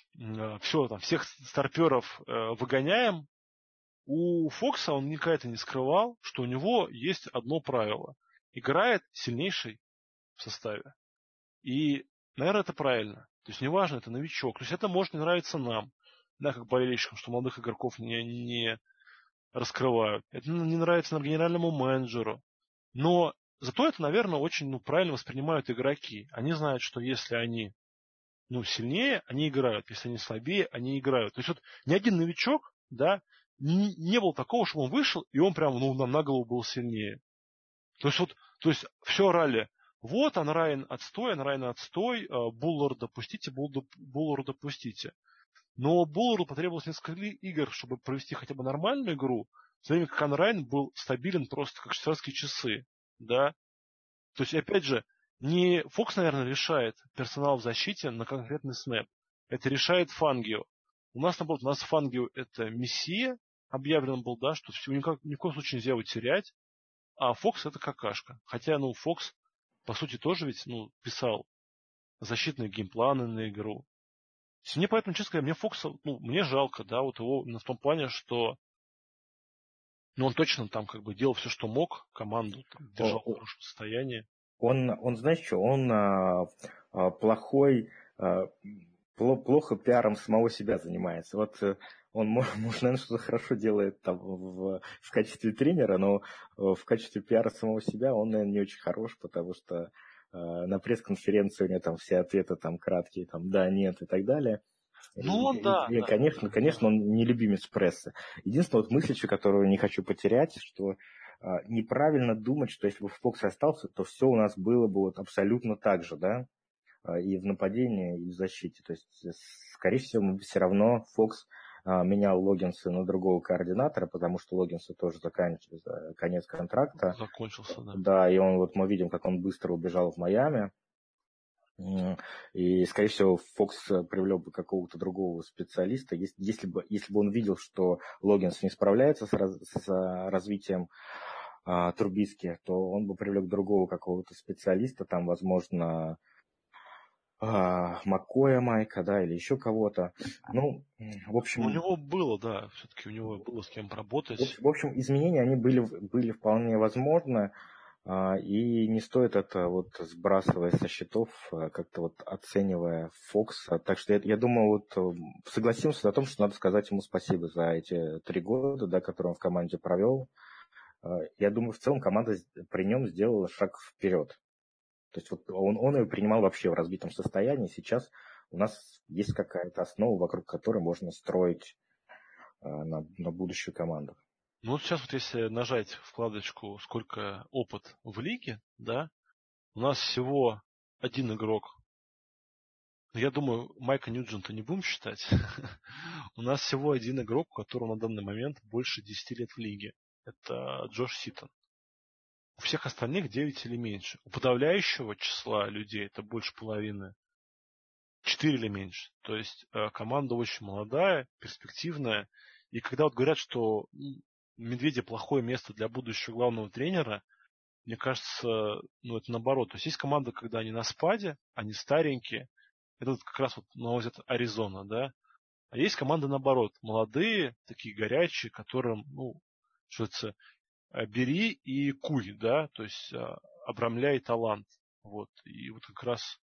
S2: всех старперов выгоняем. У Фокса он никогда это не скрывал, что у него есть одно правило. Играет сильнейший в составе. И, наверное, это правильно. То есть, неважно, это новичок. То есть, это может не нравиться нам, да, как болельщикам, что молодых игроков не раскрывают. Это не нравится генеральному менеджеру. Но зато это, наверное, очень правильно воспринимают игроки. Они знают, что если они сильнее, они играют. Если они слабее, они играют. То есть, ни один новичок, да, не было такого, что он вышел, и он прям нам на голову был сильнее. То есть все орали. Вот, Анрайн отстой, Буллард допустите, Буллард допустите. Но Булларду потребовалось несколько игр, чтобы провести хотя бы нормальную игру, в то время как Анрайн был стабилен просто как швейцарские часы. Да? То есть, опять же, не Фокс, наверное, решает персонал в защите на конкретный снэп. Это решает Фангио. У нас Фангио это мессия, объявлен был, да, что ни в коем случае нельзя его терять. А Фокс это какашка. Хотя, Фокс, по сути, тоже ведь, писал защитные геймпланы на игру. Мне поэтому, честно говоря, мне Фокса, мне жалко, да, его в том плане, что он точно там делал все, что мог, команду держал в хорошем состоянии.
S4: Он знаешь что, он плохо пиаром самого себя занимается. Он, может, наверное, что-то хорошо делает там в качестве тренера, но в качестве пиара самого себя он, наверное, не очень хорош, потому что на пресс-конференции у него там все ответы там краткие, там да, нет и так далее. Конечно, он не любимец прессы. Единственная мысль, которую не хочу потерять, что неправильно думать, что если бы Фокс остался, то все у нас было бы абсолютно так же, да, и в нападении, и в защите. То есть, скорее всего, все равно Фокс менял Логинса на другого координатора, потому что Логинса тоже заканчивается конец контракта.
S2: Закончился, да.
S4: Да, и мы видим, как он быстро убежал в Майами. И, скорее всего, Фокс привлек бы какого-то другого специалиста. Если бы он видел, что Логинс не справляется с развитием Трубиски, то он бы привлек другого какого-то специалиста, там, возможно, Маккоя Майка, да, или еще кого-то. В общем...
S2: У него было, да, все-таки у него было с кем работать.
S4: В общем, изменения, они были вполне возможны. И не стоит это сбрасывая со счетов, как-то оценивая Фокса. Так что я думаю, согласимся на том, что надо сказать ему спасибо за эти 3 года, да, которые он в команде провел. Я думаю, в целом команда при нем сделала шаг вперед. То есть он ее принимал вообще в разбитом состоянии. Сейчас у нас есть какая-то основа, вокруг которой можно строить на будущую команду.
S2: Ну вот сейчас вот если нажать вкладочку «Сколько опыт в лиге», да, у нас всего один игрок. Я думаю, Майка Ньюджента не будем считать. У нас всего один игрок, у которого на данный момент больше 10 лет в лиге. Это Джош Ситон. У всех остальных 9 или меньше. У подавляющего числа людей, это больше половины, 4 или меньше. То есть команда очень молодая, перспективная. И когда вот говорят, что Медведя плохое место для будущего главного тренера, мне кажется, это наоборот. То есть есть команда, когда они на спаде, они старенькие. Это вот как раз вот, на мой взгляд, Аризона, да. А есть команды наоборот, молодые, такие горячие, которым, что это, бери и куй, да, то есть обрамляй талант. Вот. И вот как раз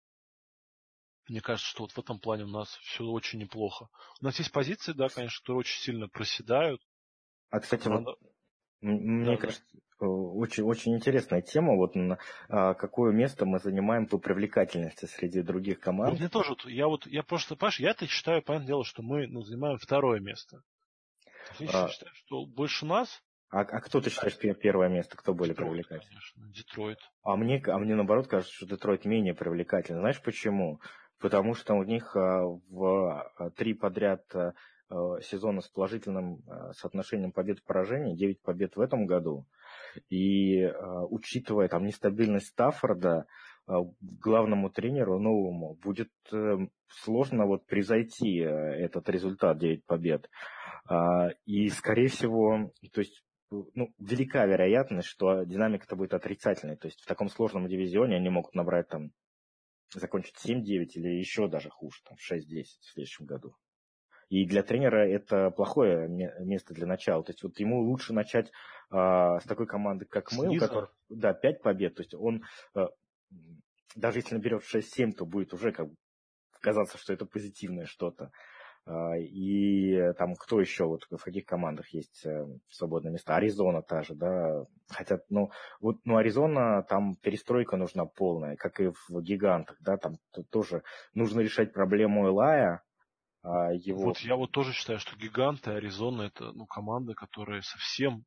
S2: мне кажется, что вот в этом плане у нас все очень неплохо. У нас есть позиции, да, конечно, которые очень сильно проседают.
S4: А, кстати, вот
S2: Команда...
S4: мне
S2: Да.
S4: кажется, очень, очень интересная тема. Вот какое место мы занимаем по привлекательности среди других
S2: Вот
S4: команд.
S2: мне тоже, я просто, Паш, я-то считаю, понятное дело, что мы занимаем второе место. Я считаю, что больше нас...
S4: А кто ты считаешь первое место? Кто более
S2: Детройт,
S4: привлекательный?
S2: конечно, Детройт.
S4: А мне наоборот кажется, что Детройт менее привлекательный. Знаешь почему? Потому что у них в 3 подряд сезона с положительным соотношением побед и поражений, 9 побед в этом году. И учитывая там нестабильность Стаффорда, главному тренеру новому будет сложно вот превзойти этот результат 9 побед. И, скорее всего, то есть велика вероятность, что динамика-то будет отрицательной. То есть в таком сложном дивизионе они могут набрать там, закончить 7-9 или еще даже хуже, там 6-10 в следующем году. И для тренера это плохое место для начала. То есть вот ему лучше начать с такой команды, как мы, у которых 5 побед. То есть он, даже если наберет 6-7, то будет уже как бы казаться, что это позитивное что-то. И там кто еще, вот в каких командах есть свободные места? Аризона та же, да. Хотя, Аризона, там перестройка нужна полная, как и в Гигантах, да, там тоже нужно решать проблему Элая.
S2: Вот я вот тоже считаю, что Гиганты, Аризона это команды, которые совсем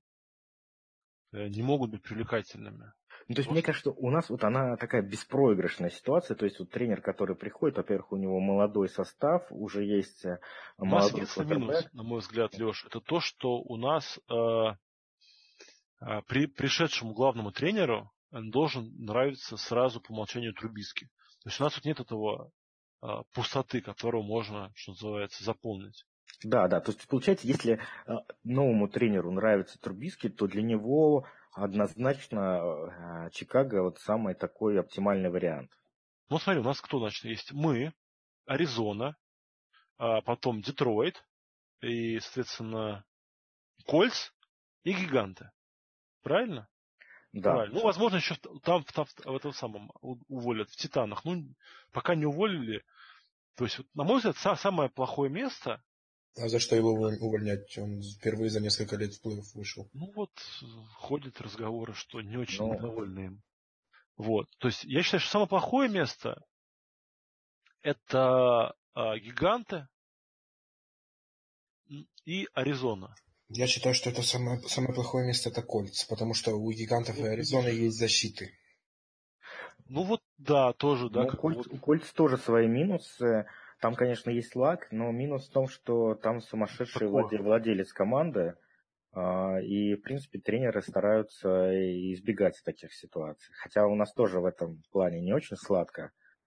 S2: не могут быть привлекательными.
S4: То есть, мне кажется, что у нас вот она такая беспроигрышная ситуация. То есть, вот тренер, который приходит, во-первых, у него молодой состав, уже есть молодой.
S2: У нас единственный минус, на мой взгляд, Леш, это то, что у нас при пришедшему главному тренеру он должен нравиться сразу по умолчанию Трубицкий. То есть у нас тут нет этого пустоты, которую можно, что называется, заполнить.
S4: Да. То есть, получается, если новому тренеру нравится Трубицкий, то для него однозначно Чикаго вот самый такой оптимальный вариант.
S2: Ну, смотри, у нас кто, значит, есть? Мы, Аризона, потом Детройт, и, соответственно, Кольц и Гиганты. Правильно?
S4: Да.
S2: Правильно. Возможно, еще там в этом самом уволят, в Титанах. Пока не уволили. То есть, на мой взгляд, самое плохое место.
S3: А за что его увольнять? Он впервые за несколько лет в плей-офф вышел.
S2: Ходят разговоры, что не очень недовольны им. Вот. То есть, я считаю, что самое плохое место это Гиганты и Аризона.
S3: Я считаю, что это самое плохое место это Кольц, потому что у Гигантов и Аризоны есть защиты.
S2: Тоже, да.
S4: У Кольц тоже свои минусы. Там, конечно, есть лаг, но минус в том, что там сумасшедший владелец команды. И, в принципе, тренеры стараются избегать таких ситуаций. Хотя у нас тоже в этом плане не очень сладко.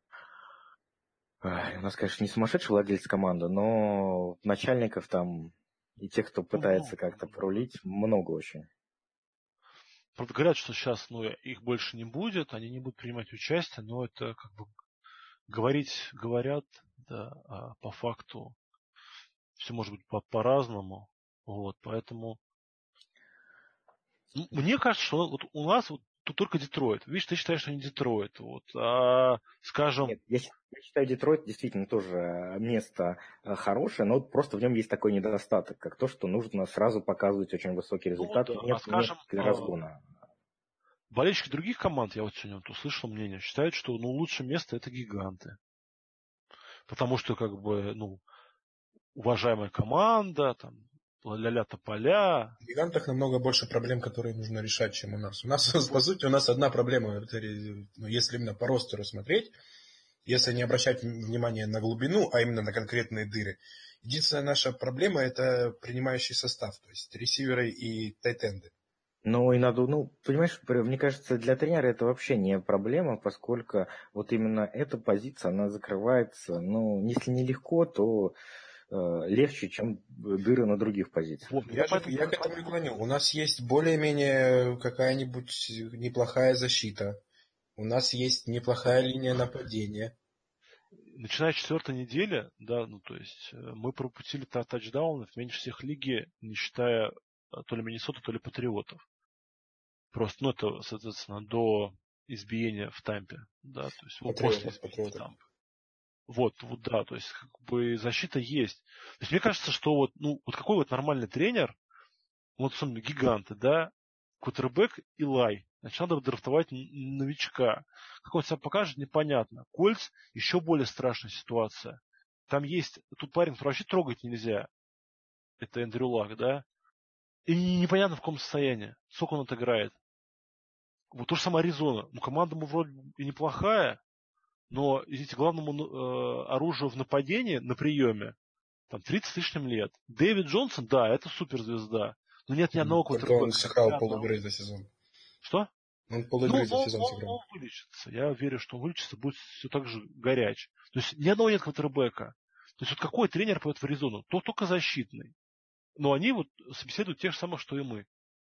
S4: У нас, конечно, не сумасшедший владелец команды, но начальников там и тех, кто пытается как-то порулить, много очень.
S2: Правда, говорят, что сейчас их больше не будет, они не будут принимать участие, но это как бы говорят, да, а по факту все может быть по-разному. Вот, поэтому мне кажется, что вот у нас тут только Детройт. Видишь, ты считаешь, что не Детройт. Скажем...
S4: Нет, я считаю, Детройт действительно тоже место хорошее, но просто в нем есть такой недостаток, как то, что нужно сразу показывать очень высокий результат. Нет для разгона.
S2: Болельщики других команд, я сегодня услышал мнение, считают, что лучшее место это Гиганты. Потому что, уважаемая команда, там, ля-ля тополя.
S3: В гигантах намного больше проблем, которые нужно решать, чем у нас. У нас, по сути, у нас одна проблема, если именно по ростеру смотреть, если не обращать внимания на глубину, а именно на конкретные дыры. Единственная наша проблема – это принимающий состав, то есть ресиверы и тайтенды.
S4: Ну, и надо, понимаешь, мне кажется, для тренера это вообще не проблема, поскольку вот именно эта позиция, она закрывается, если не легко, то легче, чем дыры на других позициях.
S2: Вот,
S3: Я к этому и клоню. У нас есть более-менее какая-нибудь неплохая защита. У нас есть неплохая линия нападения.
S2: Начиная с 4-й недели, да, то есть мы пропустили тачдаунов меньше всех лиги, не считая то ли Миннесоты, то ли Патриотов. Просто, это, соответственно, до избиения в Тампе, да, то есть после избиения в Тампе. Вот, да, то есть защита есть. То есть мне кажется, что какой нормальный тренер, особенно гиганты, да, квотербек Илай, значит, надо драфтовать новичка. Как он себя покажет, непонятно. Кольц еще более страшная ситуация. Там есть, тут парень, который вообще трогать нельзя. Это Эндрю Лак, да. И непонятно в каком состоянии. Сколько он отыграет. Вот то же самое Аризона. Команда вроде и неплохая, но, извините, главному оружию в нападении на приеме там 30 с лишним лет. Дэвид Джонсон, да, это суперзвезда. Но нет ни одного квотербека.
S3: Он сыграл полугры за сезон.
S2: Что?
S3: Он полугры за сезон сыграл.
S2: Он вылечится. Я верю, что он вылечится, будет все так же горяч. То есть ни одного нет квотербека. То есть какой тренер пойдет в Аризону? Только защитный. Но они собеседуют тех же самых, что и мы.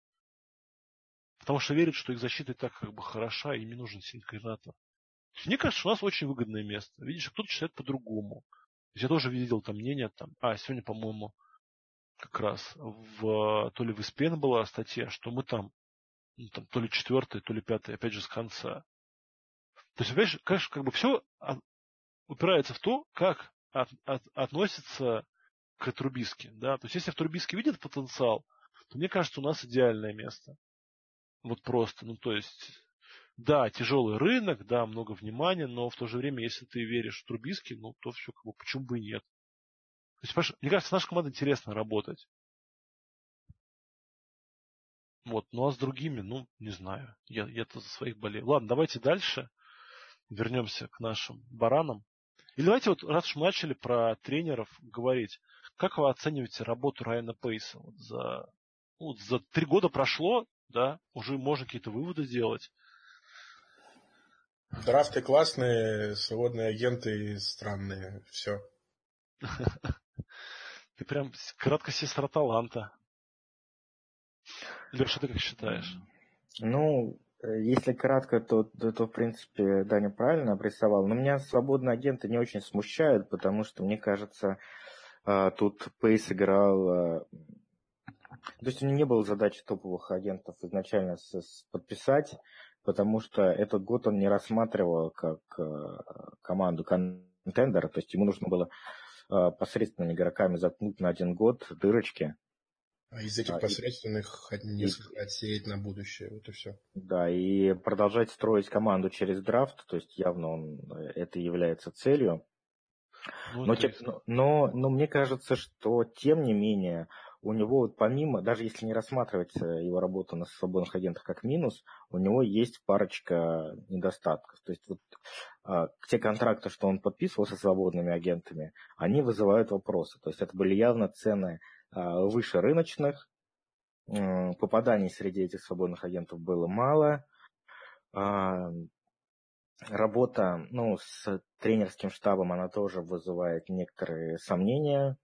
S2: Потому что верят, что их защита и так хороша, и им не нужен сильный координатор. Мне кажется, у нас очень выгодное место. Видишь, кто-то считает по-другому. Я тоже видел там мнение, сегодня, по-моему, как раз то ли в ESPN была статья, что мы там то ли 4-й, то ли 5-й, опять же, с конца. То есть, понимаешь, конечно, все упирается в то, как относится к Трубиске, да. То есть, если в Трубиске видят потенциал, то мне кажется, у нас идеальное место. Вот просто, то есть, да, тяжелый рынок, да, много внимания, но в то же время, если ты веришь в Трубиски, то все, почему бы и нет. То есть, мне кажется, наша команда интересно работать. Ну а с другими, не знаю. Я-то за своих болею. Ладно, давайте дальше. Вернемся к нашим баранам. Или давайте раз уж мы начали про тренеров говорить, как вы оцениваете работу Райана Пейса? За 3 года прошло, да, уже можно какие-то выводы делать.
S3: Драфты классные, свободные агенты странные, все.
S2: Ты прям краткая сестра таланта. Леша, ты как считаешь?
S4: Если кратко, то в принципе, Даня правильно обрисовал. Но меня свободные агенты не очень смущают, потому что, мне кажется, тут Пейс играл... То есть у него не было задачи топовых агентов изначально подписать, потому что этот год он не рассматривал как команду контендера. То есть ему нужно было посредственными игроками заткнуть на 1 год дырочки.
S3: А из этих посредственных несколько отсеять на будущее, вот и все.
S4: Да, и продолжать строить команду через драфт, то есть явно это является целью. Но мне кажется, что тем не менее у него помимо, даже если не рассматривать его работу на свободных агентах как минус, у него есть парочка недостатков. То есть те контракты, что он подписывал со свободными агентами, они вызывают вопросы. То есть это были явно цены выше рыночных, попаданий среди этих свободных агентов было мало. Работа, с тренерским штабом, она тоже вызывает некоторые сомнения.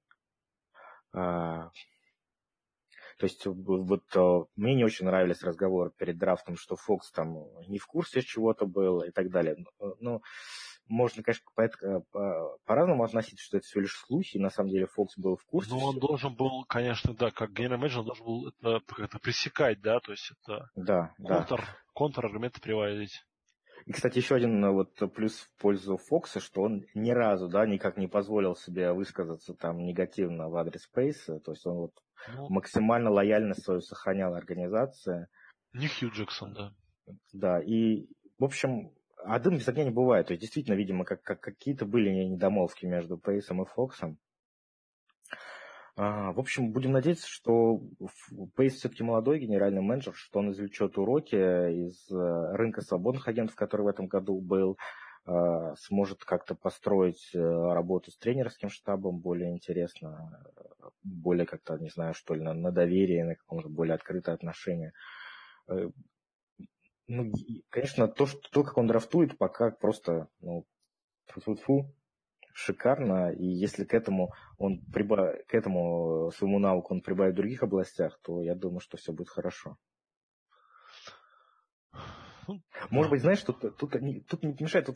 S4: То есть мне не очень нравились разговоры перед драфтом, что Фокс там не в курсе чего-то был и так далее. Можно, конечно, по-разному относиться, что это всего лишь слухи, и на самом деле Фокс был в курсе.
S2: Он должен был, конечно, да, как генеральный менеджер, он должен был это пресекать, да, то есть это контраргументы приводить.
S4: И, кстати, еще один плюс в пользу Фокса, что он ни разу, никак не позволил себе высказаться там негативно в адрес Пейса, то есть он максимально лояльность свою сохранял организации.
S2: Не Хью Джексон, да.
S4: Да, и, в общем, дым без огня не бывает. То есть, действительно, видимо, какие-то были недомолвки между Пейсом и Фоксом. В общем, будем надеяться, что Пейс все-таки молодой генеральный менеджер, что он извлечет уроки из рынка свободных агентов, который в этом году был, сможет как-то построить работу с тренерским штабом более интересно, более как-то, не знаю, что ли, на доверие, на каком-то более открытое отношение. Ну, конечно, то, как он драфтует, пока просто, фу-фу-фу, шикарно, и если к этому к этому своему навыку он прибавит в других областях, то я думаю, что все будет хорошо. Может быть, знаешь, тут не мешает,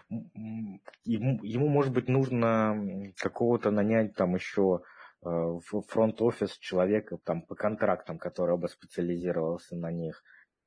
S4: ему, может быть, нужно какого-то нанять там еще в фронт-офис человека там по контрактам, который бы специализировался на них.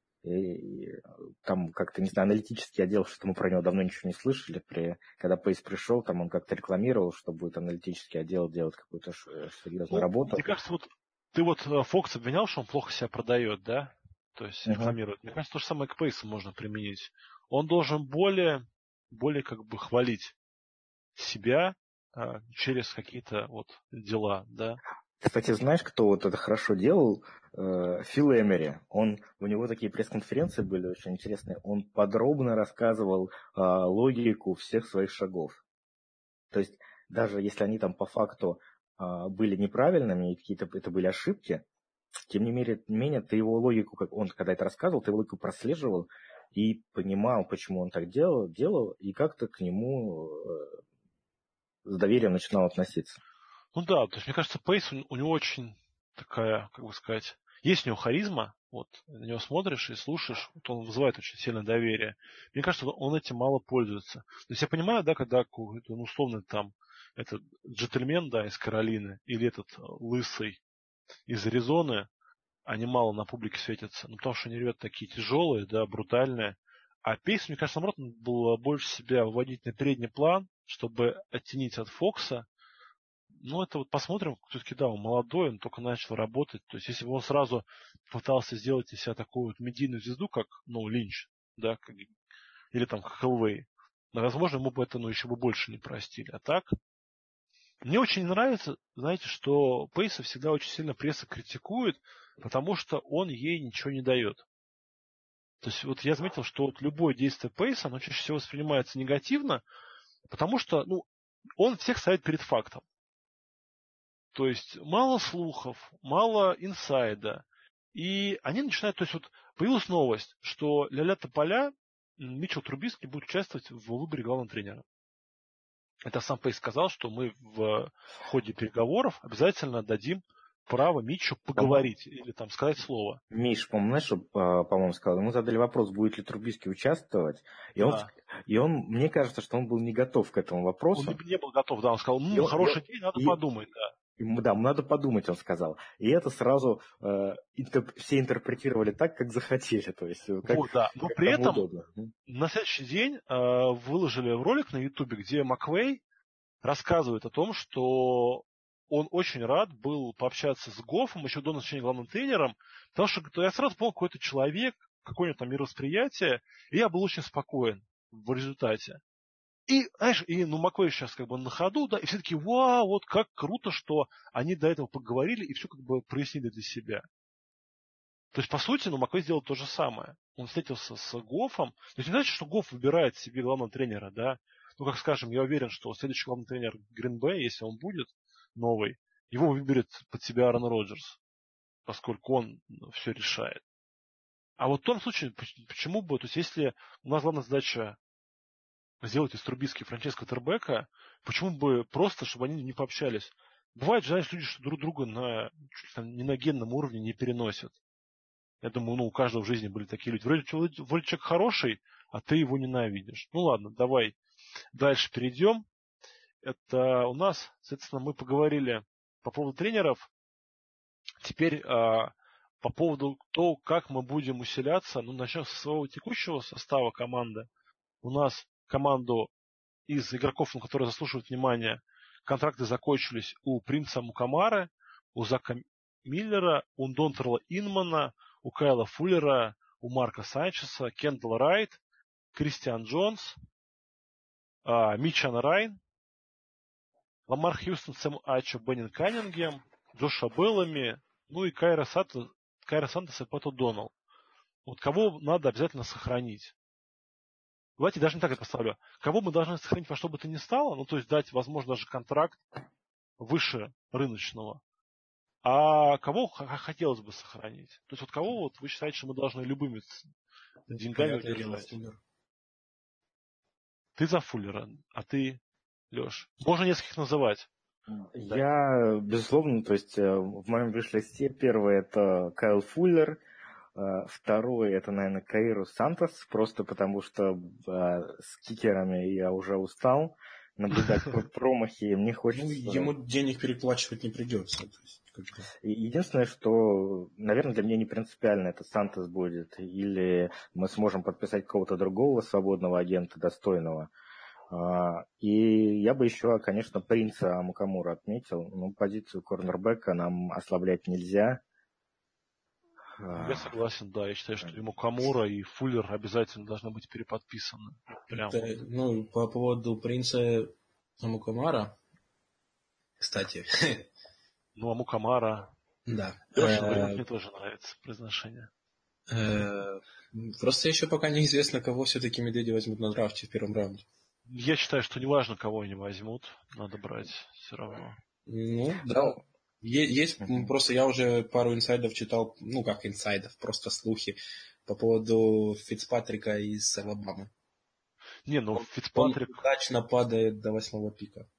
S4: И там как-то, не знаю, аналитический отдел, что мы про него давно ничего не слышали. Когда Пейс пришел, там он как-то рекламировал, что будет аналитический отдел делать какую-то серьезную работу.
S2: Мне кажется, ты Фокс обвинял, что он плохо себя продает, да? То есть рекламирует. Мне кажется, то же самое к Пейсу можно применить. Он должен более как бы хвалить себя через какие-то дела, да?
S4: Кстати, знаешь, кто это хорошо делал? Фил Эмери. У него такие пресс-конференции были очень интересные. Он подробно рассказывал логику всех своих шагов. То есть даже если они там по факту были неправильными и какие-то это были ошибки, тем не менее, ты его логику, как он когда это рассказывал, ты его логику прослеживал и понимал, почему он так делал, и как-то к нему с доверием начинал относиться.
S2: Ну да, то есть мне кажется, Пейс у него очень такая, как бы сказать, есть у него харизма, на него смотришь и слушаешь, он вызывает очень сильное доверие. Мне кажется, он этим мало пользуется. То есть я понимаю, да, когда условно там этот джентльмен, да, из Каролины, или этот лысый из Аризоны, они мало на публике светятся, потому что они ребята такие тяжелые, да, брутальные. А Пейс, мне кажется, наоборот, было больше себя выводить на передний план, чтобы оттенить от Фокса. Это посмотрим, все-таки, да, он молодой, он только начал работать. То есть, если бы он сразу пытался сделать из себя такую медийную звезду, как, Линч, да, или там как Хеллвей, возможно, ему бы это, еще бы больше не простили. А так, мне очень нравится, знаете, что Пейса всегда очень сильно пресса критикует, потому что он ей ничего не дает. То есть, я заметил, что любое действие Пейса, оно чаще всего воспринимается негативно, потому что, он всех ставит перед фактом. То есть мало слухов, мало инсайда. И они начинают, то есть появилась новость, что ля-ля тополя Митчелл Трубиски будет участвовать в выборе главного тренера. Это сам Пейс сказал, что мы в ходе переговоров обязательно дадим право Митчу поговорить или там сказать слово.
S4: Миш, знаешь, что, по-моему, сказал? Ему задали вопрос, будет ли Трубиски участвовать. И он, мне кажется, что он был не готов к этому вопросу.
S2: Он не был готов, да, он сказал, хороший день, надо подумать, да.
S4: Да, надо подумать, он сказал. И это сразу все интерпретировали так, как захотели. То есть,
S2: да. Но при этом на следующий день выложили ролик на Ютубе, где Маквей рассказывает о том, что он очень рад был пообщаться с Гоффом еще до назначения главным тренером, потому что я сразу понял, какой-то человек, какое-то там мировосприятие, и я был очень спокоен в результате. И, знаешь, Маквей сейчас как бы на ходу, да, и все таки вау, вот как круто, что они до этого поговорили и все как бы прояснили для себя. То есть, по сути, Маквей сделал то же самое. Он встретился с Гоффом. То есть, не значит, что Гофф выбирает себе главного тренера, да. Как скажем, я уверен, что следующий главный тренер Green Bay, если он будет новый, его выберет под себя Аарон Роджерс, поскольку он все решает. А в том случае, почему бы, то есть, если у нас главная задача сделать из Трубиски Франческо Тербека, почему бы просто, чтобы они не пообщались? Бывает же, знаешь, люди, что друг друга не на генном уровне не переносят. Я думаю, у каждого в жизни были такие люди. Вроде человек хороший, а ты его ненавидишь. Ладно, давай дальше перейдем. Это у нас, соответственно, мы поговорили по поводу тренеров. Теперь по поводу того, как мы будем усиляться. Начнем со своего текущего состава команды. У нас команду из игроков, которые заслуживают внимания, контракты закончились у Принца Мукамары, у Зака Миллера, у Донтерла Инмана, у Кайла Фуллера, у Марка Санчеса, Кендалл Райт, Кристиан Джонс, Митчан Райн, Ламар Хьюстон, Сэм Ачо, Беннин Каннингем, Джоша Беллами, ну и Кайра Сантос и Пат О'Доннелл. Вот кого надо обязательно сохранить? Давайте даже не так это поставлю. Кого мы должны сохранить во что бы то ни стало, ну то есть дать, возможно, даже контракт выше рыночного, а кого хотелось бы сохранить? То есть вот кого вот вы считаете, что мы должны любыми деньгами удержать? Ты за Фуллера, а ты, Леш? Можно нескольких называть.
S4: Я, безусловно, то есть в моем виш-листе первый это Кайл Фуллер, второй это, наверное, Каиру Сантос, просто потому что с кикерами я уже устал наблюдать промахи, мне хочется...
S3: Ему денег переплачивать не придется. То есть,
S4: единственное, что, наверное, для меня не принципиально это Сантос будет, или мы сможем подписать какого-то другого свободного агента, достойного. И я бы еще, конечно, принца Амукамуру отметил. Ну, позицию корнербека нам ослаблять нельзя.
S2: Я согласен, да. Я считаю, что и Мукамура, и Фуллер обязательно должны быть переподписаны. Прям.
S3: Это, ну, по поводу принца Амукамара, кстати.
S2: Ну, Амукамара.
S3: Да.
S2: Мне тоже нравится произношение.
S3: Просто еще пока неизвестно, кого все-таки Медведи возьмут на драфте в первом раунде.
S2: Я считаю, что неважно, кого они возьмут, надо брать все равно.
S3: Ну, да. Есть, просто я уже пару инсайдов читал, ну как инсайдов, просто слухи по поводу Фицпатрика из Алабамы.
S2: Не, ну Фицпатрик...
S3: Он удачно падает до 8-го пика.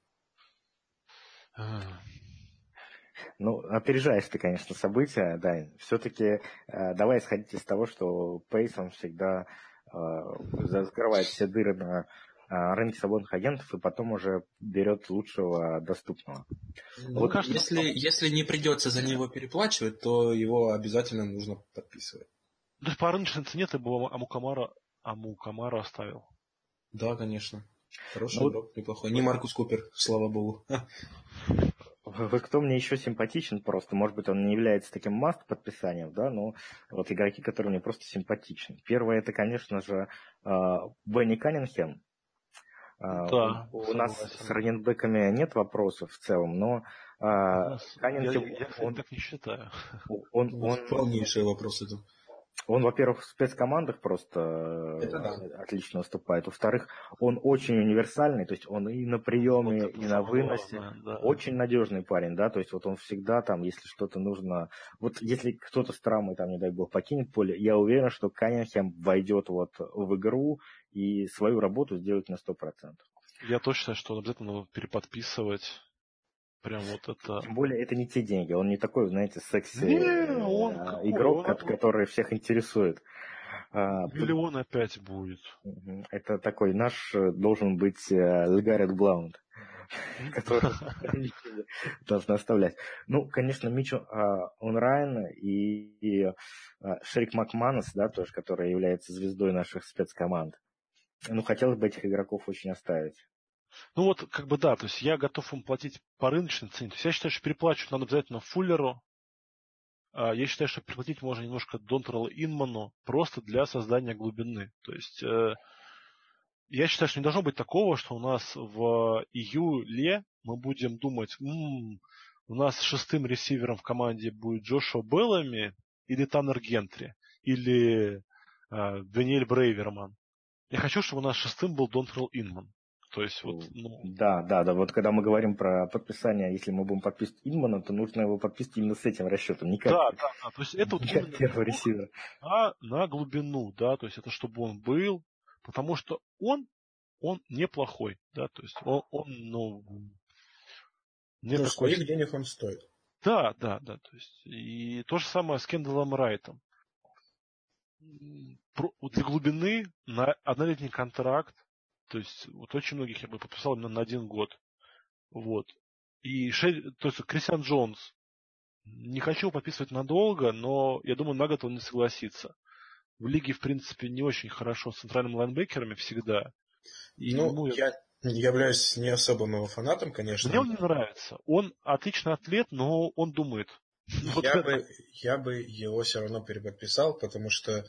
S4: Ну, опережаешь ты, конечно, события, Дань. Все-таки давай исходить из того, что Пейс, он всегда закрывает все дыры на рынке свободных агентов и потом уже берет лучшего доступного.
S3: Ну, вот, если не придется за него переплачивать, то его обязательно нужно подписывать.
S2: То есть по рыночной цене ты бы Амукамара оставил?
S3: Да, конечно. Хороший игрок, неплохой. Не Маркус Купер, слава богу.
S4: Вы кто мне еще симпатичен просто? Может быть, он не является таким маст подписанием, да, но вот игроки, которые мне просто симпатичны. Первое, это, конечно же, Бенни Каннингем.
S2: Да,
S4: у нас с раннинбэками нет вопросов в целом, но
S2: Каннингем... Я так не считаю.
S3: Он полнейшие вопросы тут.
S4: Он, во-первых, в спецкомандах просто отлично выступает. Во-вторых, он очень универсальный, то есть он и на приеме, вот и на выносе. Да. Очень надежный парень, да, то есть вот он всегда там, если что-то нужно... Вот если кто-то с травмой, там, не дай бог, покинет поле, я уверен, что Каннингем войдет вот в игру и свою работу сделает на 100%.
S2: Я точно считаю, что он обязательно надо переподписывать. Прям вот это...
S4: Тем более, это не те деньги. Он не такой, знаете, секси игрок, который всех интересует.
S2: Миллион опять будет.
S4: Это такой наш должен быть Легарет Блаунд, который должен оставлять. Ну, конечно, Митчу Онрайн и Шерик Макманус, да, тоже, который является звездой наших спецкоманд. Ну, хотелось бы этих игроков очень оставить.
S2: Ну вот, как бы да, то есть я готов им платить по рыночной цене. То есть я считаю, что переплачивать надо обязательно Фуллеру. Я считаю, что переплатить можно немножко Донтреллу Инману просто для создания глубины. То есть я считаю, что не должно быть такого, что у нас в июле мы будем думать, у нас шестым ресивером в команде будет Джошуа Беллами или Таннер Гентри, или Даниэль Брейверман. Я хочу, чтобы у нас шестым был Донтрелл Инман. То есть вот,
S4: Да. Вот когда мы говорим про подписание, если мы будем подписывать Инмана, то нужно его подписывать именно с этим расчетом. Не как,
S2: да. То есть это вот именно
S4: первого ресивера.
S2: На глубину, да, то есть это чтобы он был, потому что он неплохой, да, то есть он
S3: не такой... Своих денег он стоит.
S2: Да, то есть и то же самое с Кендаллом Райтом. Для глубины на однолетний контракт. То есть, вот очень многих я бы подписал именно на 1 год. Вот. И то есть Кристиан Джонс. Не хочу подписывать надолго, но я думаю, на год он не согласится. В лиге, в принципе, не очень хорошо с центральными лайнбекерами всегда. И
S3: я являюсь не особым его фанатом, конечно.
S2: Мне он не нравится. Он отличный атлет, но он думает.
S3: Я бы его все равно переподписал, потому что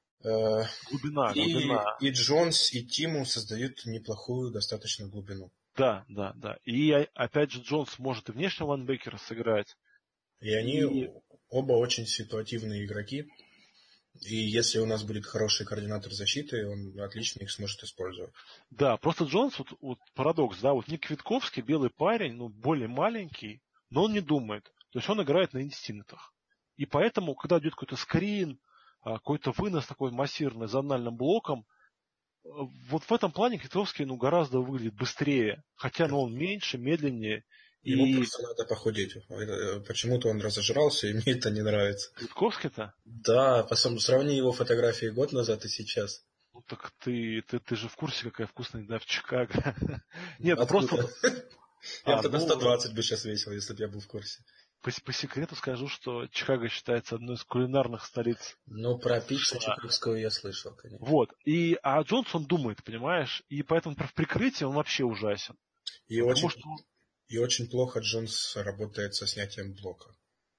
S2: глубина.
S3: И Джонс, и Тиму создают неплохую достаточно глубину.
S2: Да. И опять же Джонс может и внешнего лайнбекера сыграть.
S3: И они оба очень ситуативные игроки. И если у нас будет хороший координатор защиты, он отлично их сможет использовать.
S2: Да, просто Джонс, вот парадокс, да, вот Ник Квитковский, белый парень, более маленький, но он не думает. То есть он играет на инстинктах. И поэтому, когда идет какой-то скрин, какой-то вынос такой массированный зональным блоком, вот в этом плане Квитковский гораздо выглядит быстрее. Хотя он меньше, медленнее.
S3: Ему просто надо похудеть. Почему-то он разожрался, и мне это не нравится.
S2: Квитковский-то?
S3: Да, сравни его фотографии год назад и сейчас.
S2: Ну так ты же в курсе, какая вкусная еда в Чикаго. Нет, просто...
S3: Я тогда 120 бы сейчас весил, если бы я был в курсе.
S2: По секрету скажу, что Чикаго считается одной из кулинарных столиц.
S3: Ну, про пиццу чикагскую я слышал, конечно.
S2: Вот. А Джонсон думает, понимаешь? И поэтому в прикрытии он вообще ужасен.
S3: И очень плохо Джонс работает со снятием блока.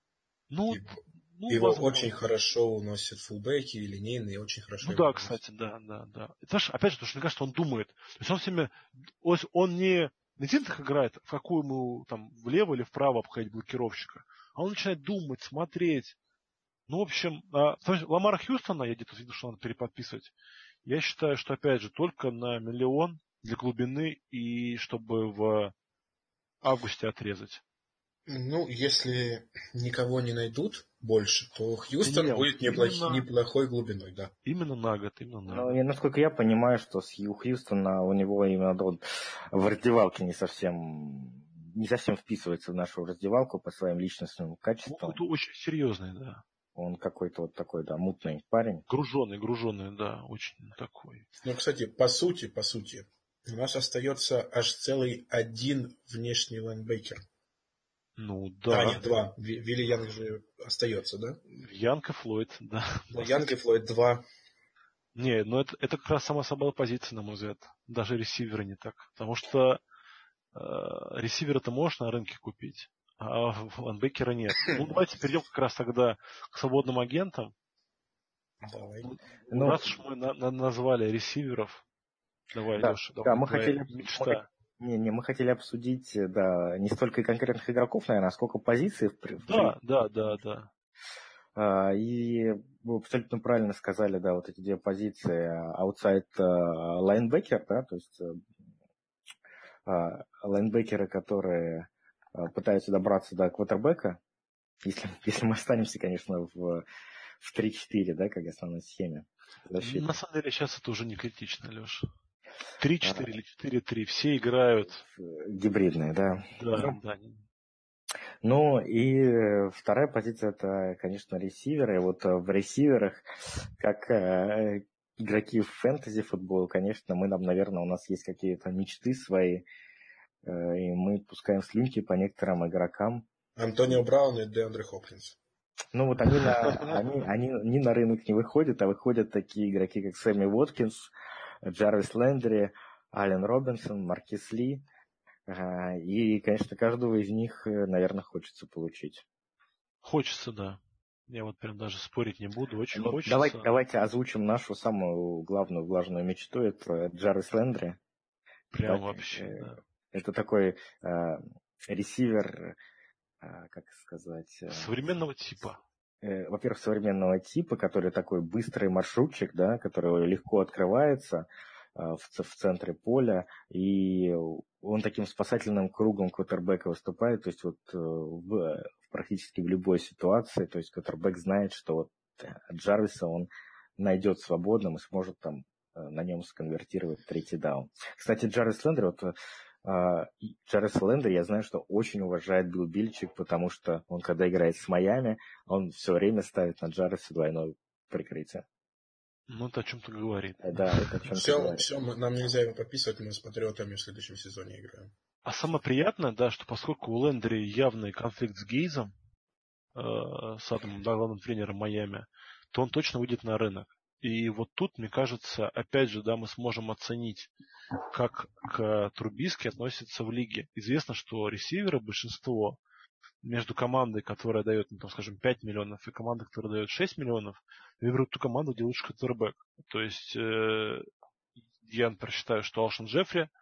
S3: Его возможно. Очень хорошо уносят фулбеки и линейные, и очень хорошо.
S2: Да, кстати, да. Знаешь, опять же, потому что мне кажется, он думает. То есть он всеми... Он не на инстинктах играет, в какую ему там влево или вправо обходить блокировщика. А он начинает думать, смотреть. В общем, Ламара Хьюстона, я где-то видел, что надо переподписывать. Я считаю, что, опять же, только на миллион для глубины и чтобы в августе отрезать.
S3: Ну, если никого не найдут больше, то Хьюстон будет неплохой глубиной, да.
S2: Именно на год.
S4: Насколько я понимаю, что с Хьюстона у него именно в раздевалке не совсем вписывается в нашу раздевалку по своим личностным качествам.
S2: Это очень серьезный, да.
S4: Он какой-то вот такой, да, мутный парень.
S2: Груженный, да, очень такой.
S3: Ну, кстати, по сути, у нас остается аж целый один внешний лайнбекер.
S2: Да.
S3: Нет, два. Вилли Янг же остается, да?
S2: Янг и Флойд, да.
S3: Янг и Флойд 2.
S2: Не, это как раз сама собой позиция, на мой взгляд. Даже ресиверы не так. Потому что ресивера-то можешь на рынке купить, а лайнбекера нет. Давайте перейдем как раз тогда к свободным агентам.
S3: Давай.
S2: Раз уж мы назвали ресиверов, давай,
S4: да,
S2: Леша,
S4: давай, мы хотели...
S2: мечта.
S4: Мы хотели обсудить, да, не столько конкретных игроков, наверное, а сколько позиций.
S2: Да.
S4: И вы абсолютно правильно сказали, да, вот эти две позиции. Аутсайд лайнбекер, да, то есть лайнбекеры, которые пытаются добраться до квотербека, если мы останемся, конечно, в 3-4, да, как основной схеме защиты.
S2: На самом деле сейчас это уже не критично, Леша. 3-4 или 4-3, все играют.
S4: Гибридные, да.
S2: Да.
S4: Ну и вторая позиция это, конечно, ресиверы. Вот в ресиверах, как игроки в фэнтези футбол, конечно, наверное, у нас есть какие-то мечты свои, и мы пускаем слюнки по некоторым игрокам.
S3: Антонио Браун и Деандре Хопкинс.
S4: Ну вот они на рынок не выходят, а выходят такие игроки, как Сэмми Уоткинс, Джарвис Лендри, Аллен Робинсон, Маркис Ли. И, конечно, каждого из них, наверное, хочется получить.
S2: Хочется, да. Я вот прям даже спорить не буду, очень хочется.
S4: Давайте озвучим нашу самую главную влажную мечту. Это Джарвис Лендри.
S2: Прям вообще, да.
S4: Это такой ресивер, как сказать...
S2: современного типа.
S4: Во-первых, современного типа, который такой быстрый маршрутчик, да, который легко открывается в центре поля, и он таким спасательным кругом квотербека выступает, то есть вот практически в любой ситуации, то есть квотербек знает, что вот Джарвиса он найдет свободным и сможет там на нем сконвертировать третий даун. Кстати, Джарвис Лендри, я знаю, что очень уважает Билл Бельчик, потому что он, когда играет с Майами, он все время ставит на Джарвиса двойное прикрытие.
S2: Ну, это о чем-то говорит.
S4: Да, это о чем-то говорит.
S3: Все, нам нельзя его подписывать, мы с Патриотами в следующем сезоне играем.
S2: А самое приятное, да, что поскольку у Лендри явный конфликт с Гейзом, с Адамом, да, главным тренером Майами, то он точно выйдет на рынок. И вот тут, мне кажется, опять же, да, мы сможем оценить, как к Трубиске относятся в лиге. Известно, что ресиверы, большинство, между командой, которая дает, ну, там, скажем, 5 миллионов, и командой, которая дает 6 миллионов, выберут ту команду, где лучше квотербек. То есть я, например, считаю, что Алшон Джеффри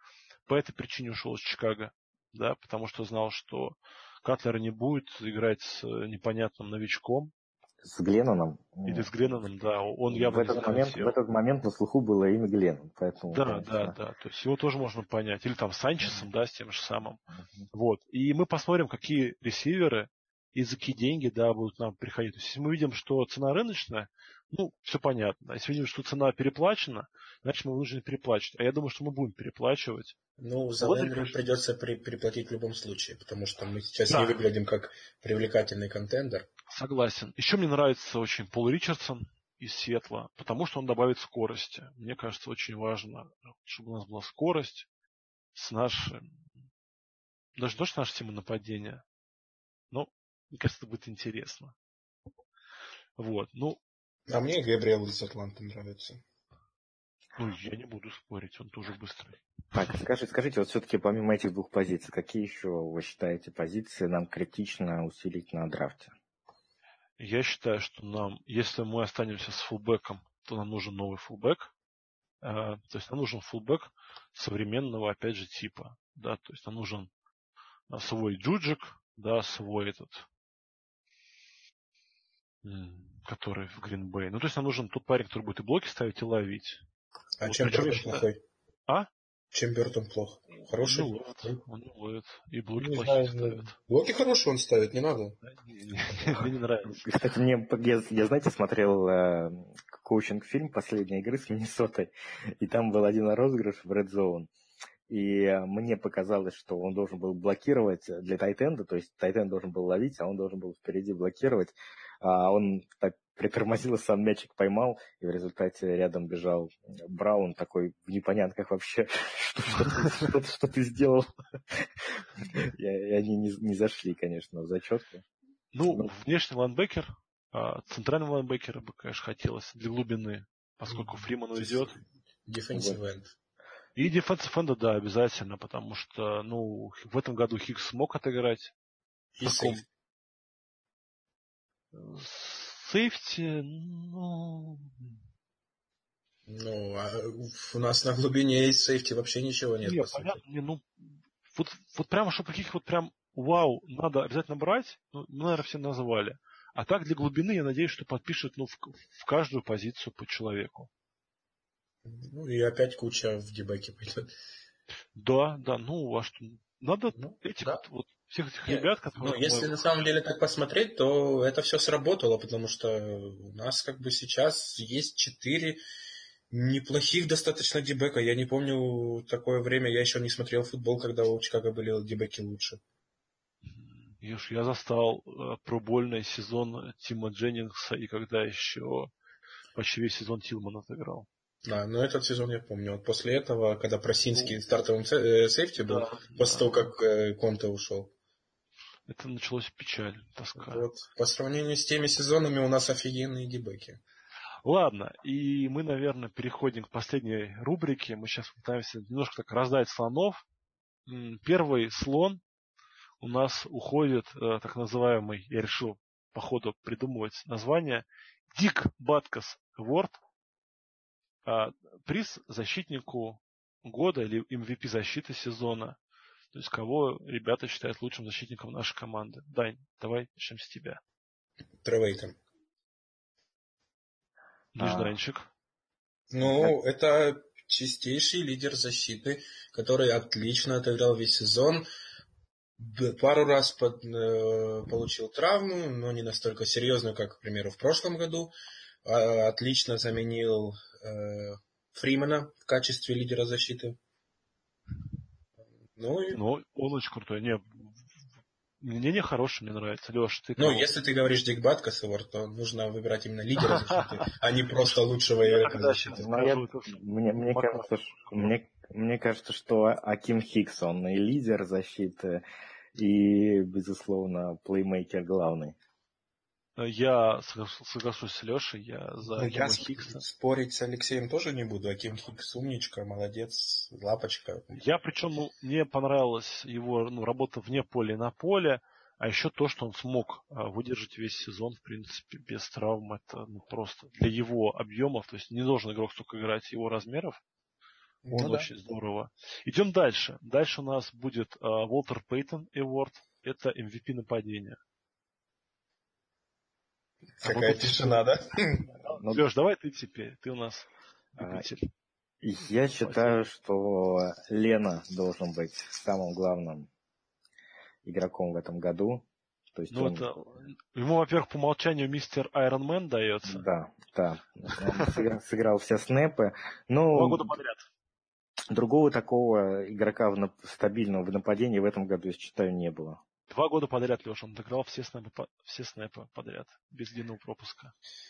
S2: по этой причине ушел из Чикаго, да, потому что знал, что Катлера не будет играть с непонятным новичком.
S4: С Гленноном.
S2: Или с Гленноном, да, он явно не
S4: В
S2: захотел.
S4: этот момент на слуху было имя Гленнон, поэтому,
S2: Да,
S4: конечно.
S2: да, то есть его тоже можно понять. Или там с Санчесом, да, с тем же самым. Вот. И мы посмотрим, какие ресиверы и за какие деньги, да, будут нам приходить. То есть, если мы видим, что цена рыночная, ну, все понятно. Если видим, что цена переплачена, значит, мы вынуждены переплачивать. А я думаю, что мы будем переплачивать.
S3: Ну, за
S2: Вот
S3: Лендри
S2: это,
S3: придется переплатить в любом случае, потому что мы сейчас
S2: да,
S3: не выглядим как привлекательный контендер.
S2: согласен. Еще мне нравится очень Пол Ричардсон из Сиэтла, потому что он добавит скорости. Мне кажется, очень важно, чтобы у нас была скорость с нашим, даже не то, что наша тема нападения, но, мне кажется, это будет интересно. Вот, ну,
S3: А мне Габриэл из Атланты нравится.
S2: ну, я не буду спорить, он тоже быстрый.
S4: Так, скажите, вот все-таки помимо этих двух позиций, какие еще вы считаете позиции нам критично усилить на драфте?
S2: Я считаю, что нам, если мы останемся с фулбеком, то нам нужен новый фулбек. То есть нам нужен фулбек современного, опять же, типа. Да, то есть нам нужен свой джуджик, да, свой этот, который в Гринбей. Ну, то есть нам нужен тот парень, который будет и блоки ставить, и ловить.
S3: А
S2: вот,
S3: чем
S2: причем
S3: Бертон плохой?
S2: А?
S3: Чем Бертон плох? Хороший?
S2: Он не ловит. И блоки
S3: Не
S2: плохие
S3: знаю,
S2: ставит.
S3: блоки хорошие он ставит, не надо.
S2: Мне не нравится.
S4: Кстати, я, знаете, смотрел коучинг-фильм «Последней игры» с Миннесотой, и там был один розыгрыш в Red Zone. И мне показалось, что он должен был блокировать для тайтенда, то есть тайтенд должен был ловить, а он должен был впереди блокировать. А он так притормозил, сам мячик поймал, и в результате рядом бежал Браун, такой в непонятках вообще, что ты сделал. И они не зашли, конечно, в зачетку.
S2: Ну, внешний лайнбекер, центральный лайнбекер бы, конечно, хотелось для глубины, поскольку Фриман уйдет.
S3: Defensive end.
S2: И defensive end, да, обязательно, потому что, ну, в этом году Хиггс смог отыграть.
S3: И
S2: Сейфти, ну...
S3: Ну, а у нас на глубине из сейфти вообще ничего нет, по сути.
S2: Ну, вот прямо, чтобы каких вот прям вау, надо обязательно брать, ну, мы, наверное, все называли. А так для глубины, я надеюсь, что подпишут, ну, в каждую позицию по человеку.
S3: Ну, и опять куча в дебеке пойдет.
S2: Да, ну, а что? Надо этих
S3: да.
S2: вот всех этих ребят, которые...
S3: Ну, если на самом деле так посмотреть, то это все сработало, потому что у нас как бы сейчас есть 4 неплохих достаточно дебека. Я не помню такое время, я еще не смотрел футбол, когда у Чикаго были дебеки лучше.
S2: Я застал пробольный сезон Тима Дженнингса, и когда еще почти весь сезон Тилман отыграл.
S3: Да, но этот сезон я помню. Вот после этого, когда Просинский стартовым сейфти был, после того, как Конте ушел.
S2: Это началось печаль, тоска.
S3: Вот. По сравнению с теми сезонами у нас офигенные дебеки.
S2: Ладно, и мы, наверное, переходим к последней рубрике. Мы сейчас пытаемся немножко так раздать слонов. Первый слон у нас уходит, так называемый, я решил по ходу придумывать название, Дик Баткас Award. Приз защитнику года или MVP защиты сезона. То есть кого ребята считают лучшим защитником нашей команды. Дань, давай начнем с тебя.
S3: Тревейтон.
S2: Нежданчик.
S3: Ну, это чистейший лидер защиты, который отлично отыграл весь сезон. Пару раз получил травму, но не настолько серьезную, как, к примеру, в прошлом году. Отлично заменил Фримена в качестве лидера защиты. Ну,
S2: он очень крутой. Мне хороший, мне нравится. Леша, ты
S3: Ну,
S2: кого?
S3: если ты говоришь Дик Баткас, то нужно выбирать именно лидера защиты, а не просто лучшего игрока защиты.
S4: Мне кажется, что Аким Хикс, он и лидер защиты, и, безусловно, плеймейкер главный.
S2: Я соглашусь с Лешей, я за Акима Хикса.
S3: Спорить с Алексеем тоже не буду. Аким Хикс умничка, молодец, лапочка.
S2: Я причем, мне понравилась его работа вне поля и на поле, а еще то, что он смог выдержать весь сезон, в принципе, без травм. Это просто для его объемов, то есть не должен игрок столько играть его размеров. Он очень здорово. Идем дальше. Дальше у нас будет Уолтер Пейтон Award. Это MVP нападения.
S3: Какая тишина, да?
S2: Леш, давай ты теперь. Ты у нас любитель.
S4: Я считаю, что Лена должен быть самым главным игроком в этом году. То есть
S2: ему, во-первых, по умолчанию мистер Айронмен дается.
S4: Да. Он сыграл все снэпы.
S2: 2 года подряд.
S4: Другого такого игрока стабильного в нападении в этом году, я считаю, не было.
S2: 2 года подряд, Леша, он отыграл все снэпы подряд, без длинного пропуска.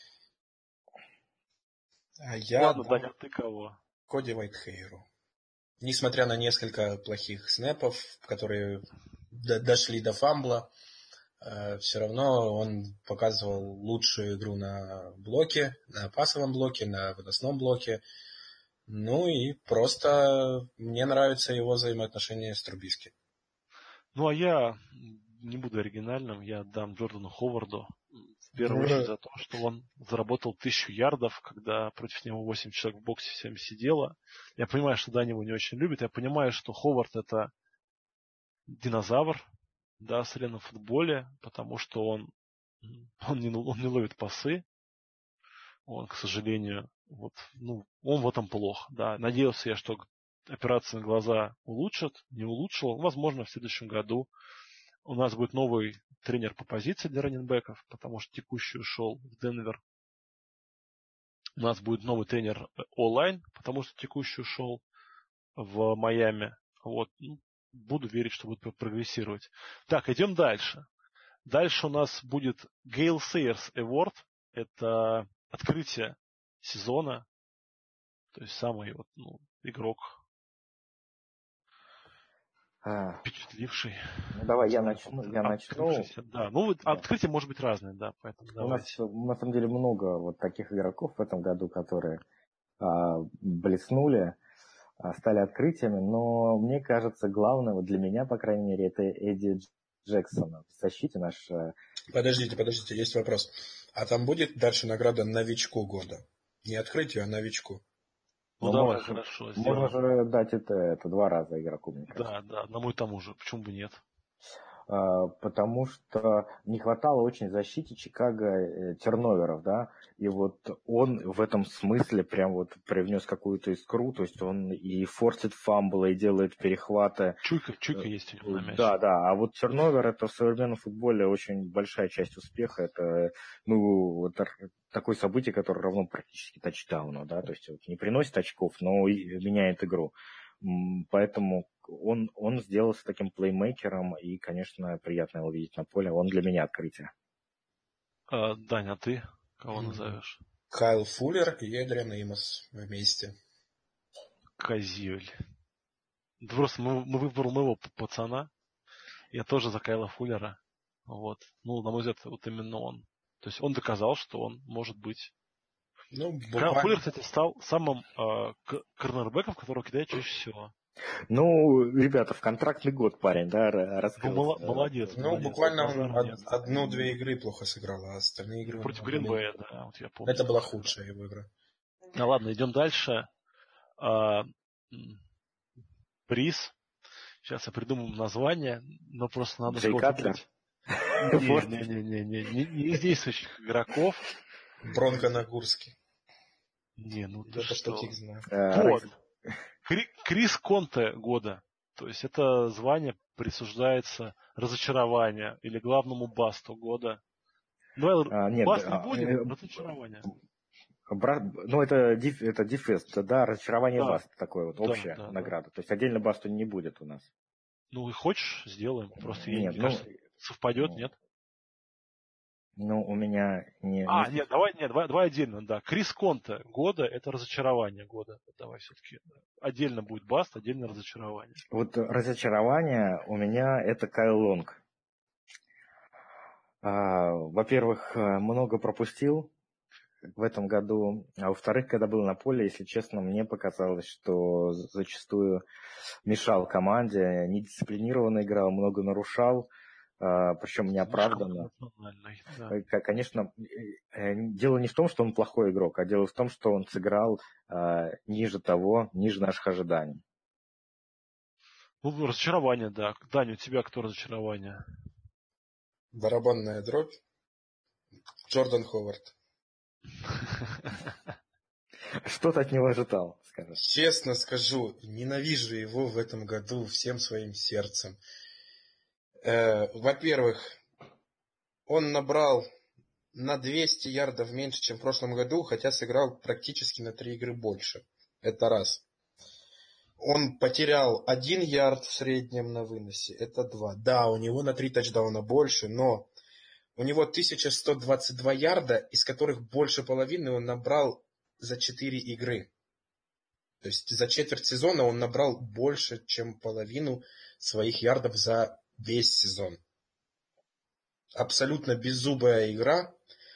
S2: Ладно, Даня, ты кого?
S3: Коди Уайтхейру. Несмотря на несколько плохих снэпов, которые дошли до фамбла, все равно он показывал лучшую игру на блоке, на пасовом блоке, на выносном блоке. Ну и просто мне нравятся его взаимоотношения с Трубиски.
S2: Ну а я не буду оригинальным, я дам Джордану Ховарду. В первую очередь за то, что он заработал 1000 ярдов, когда против него 8 человек в боксе всем сидело. Я понимаю, что Даня его не очень любит. Я понимаю, что Ховард это динозавр, да, в современном футболе, потому что он не ловит пасы. Он, к сожалению, он в этом плох. Да. Надеялся я, что операция на глаза улучшит, не улучшил. Возможно, в следующем году у нас будет новый тренер по позиции для раннинбеков, потому что текущий ушел в Денвер. У нас будет новый тренер онлайн, потому что текущий ушел в Майами. Буду верить, что будет прогрессировать. Так, идем дальше. Дальше у нас будет Gale Sayers Award. Это открытие сезона. То есть самый игрок впечатливший.
S4: Давай я начну.
S2: Да, открытие может быть разное, да, поэтому давайте.
S4: У нас на самом деле много таких игроков в этом году, которые блеснули, стали открытиями, но мне кажется, главное для меня, по крайней мере, это Эдди Джексон в защите наш.
S3: Подождите, есть вопрос. А там будет дальше награда новичку года? Не открытию, а новичку.
S2: Давай, хорошо.
S4: Можно же дать это 2 раза игроку, мне кажется.
S2: Да, одному и тому же. Почему бы нет?
S4: Потому что не хватало очень защите Чикаго терноверов, да, и он в этом смысле прям привнес какую-то искру, то есть он и форсит фамблы, и делает перехваты.
S2: Чуйка есть у него на мяч.
S4: Да, а терновер это в современном футболе очень большая часть успеха, это, такое событие, которое равно практически тачдауну, да, то есть не приносит очков, но и меняет игру. Поэтому он сделался таким плеймейкером, и, конечно, приятно его видеть на поле. Он для меня открытие.
S2: Даня, а ты кого назовешь?
S3: Кайл Фуллер и Эдриан Эймос вместе.
S2: Козель. Просто мы выбрали моего пацана. Я тоже за Кайла Фуллера. На мой взгляд, именно он. То есть он доказал, что он может быть. Кайл Фуллер, кстати, стал самым корнербэком, которого кидает чаще всего.
S4: Ребята, в контрактный год парень, да, раскрылся.
S2: Молодец.
S3: Буквально он 1-2 игры плохо сыграл, а остальные игры...
S2: Против Гринбэя, да, я помню.
S3: Это была худшая его игра.
S2: Ладно, идем дальше. Приз. Сейчас я придумаю название, но просто надо
S4: выбрать.
S2: Не из действующих игроков.
S3: Бронко Нагурский.
S2: Это
S3: что фиг знает.
S2: Крис Конте года. То есть это звание присуждается разочарованию или главному басту года. Баст не будет, разочарование.
S4: Это дефест, да, разочарование баст, такое общая награда. То есть отдельно басту не будет у нас.
S2: И хочешь, сделаем. Просто
S4: мне
S2: кажется, совпадет, нет?
S4: У меня не...
S2: Давай отдельно, да. Крис Конте года – это разочарование года. Давай все-таки. Отдельно будет баст, отдельно разочарование.
S4: Разочарование у меня – это Кайл Лонг. Во-первых, много пропустил в этом году. А во-вторых, когда был на поле, если честно, мне показалось, что зачастую мешал команде, недисциплинированно играл, много нарушал. причем неоправданно. Да. Конечно, дело не в том, что он плохой игрок, а дело в том, что он сыграл ниже наших ожиданий.
S2: Ну, разочарование, да. Даня, у тебя кто разочарование?
S3: Барабанная дробь. Джордан Ховард.
S4: Что ты от него ожидал, скажешь?
S3: Честно скажу, ненавижу его в этом году всем своим сердцем. Во-первых, он набрал на 200 ярдов меньше, чем в прошлом году, хотя сыграл практически на 3 игры больше. Это раз. Он потерял 1 ярд в среднем на выносе. Это 2. Да, у него на 3 тачдауна больше, но у него 1122 ярда, из которых больше половины он набрал за 4 игры. То есть за четверть сезона он набрал больше, чем половину своих ярдов за весь сезон. Абсолютно беззубая игра.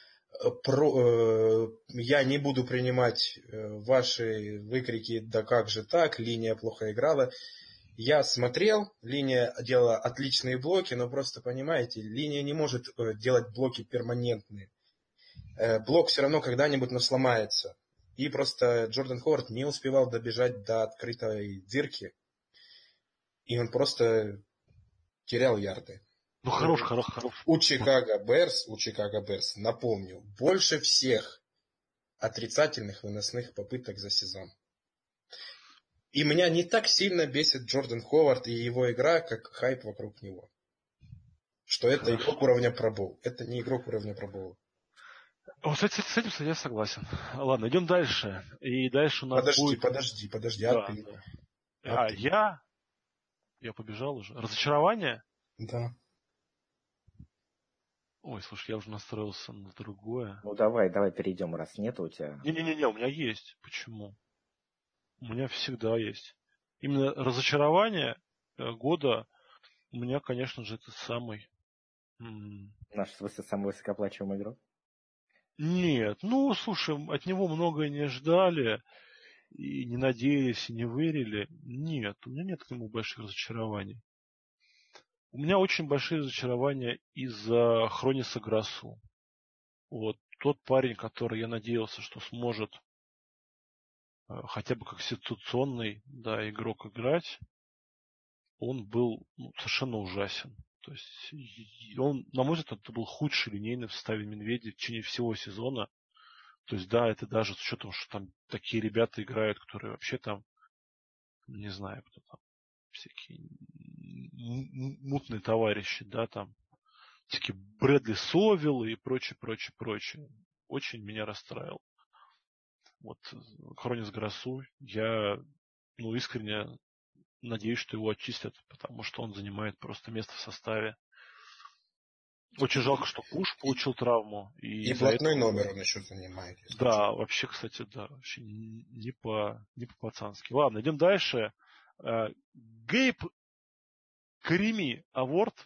S3: Я не буду принимать ваши выкрики «да как же так, линия плохо играла». Я смотрел, линия делала отличные блоки, но просто понимаете, линия не может делать блоки перманентные. Блок все равно когда-нибудь сломается. И просто Джордан Ховард не успевал добежать до открытой дырки. И он просто терял ярды.
S2: Ну, хорош.
S3: У Чикаго Берс, напомню, больше всех отрицательных выносных попыток за сезон. И меня не так сильно бесит Джордан Ховард и его игра, как хайп вокруг него. Что это игрок уровня Pro Bowl. Это не игрок уровня Pro Bowl.
S2: С этим я согласен. Ладно, идем дальше. И дальше у нас
S3: Подожди.
S2: Да. Я побежал уже. Разочарование?
S3: Да.
S2: Ой, слушай, я уже настроился на другое.
S4: Ну, давай перейдем, раз нет у тебя.
S2: Не, у меня есть. Почему? У меня всегда есть. Именно разочарование года у меня, конечно же, это самый...
S4: Наш, в смысле, самый высокооплачиваемый игрок?
S2: Нет, слушай, от него многое не ждали, и не надеялись, и не верили. Нет, у меня нет к нему больших разочарований. У меня очень большие разочарования из-за Хрониса Грасу. Вот тот парень, который я надеялся, что сможет хотя бы как ситуационный игрок играть, он был совершенно ужасен. То есть он, на мой взгляд, это был худший линейный в составе Медведя в течение всего сезона. То есть, да, это даже с учетом, что там такие ребята играют, которые вообще там, не знаю, кто там, всякие мутные товарищи, да, там, всякие Брэдли Совиллы и прочее. Очень меня расстраивал. Вот, Хронис Грасу, я, искренне надеюсь, что его очистят, потому что он занимает просто место в составе. Очень жалко, что Пуш получил травму.
S3: И блатной номер он еще занимает.
S2: Да, вообще, кстати, да. Вообще не по-пацански. Ладно, идем дальше. Гейб Карими Аворд.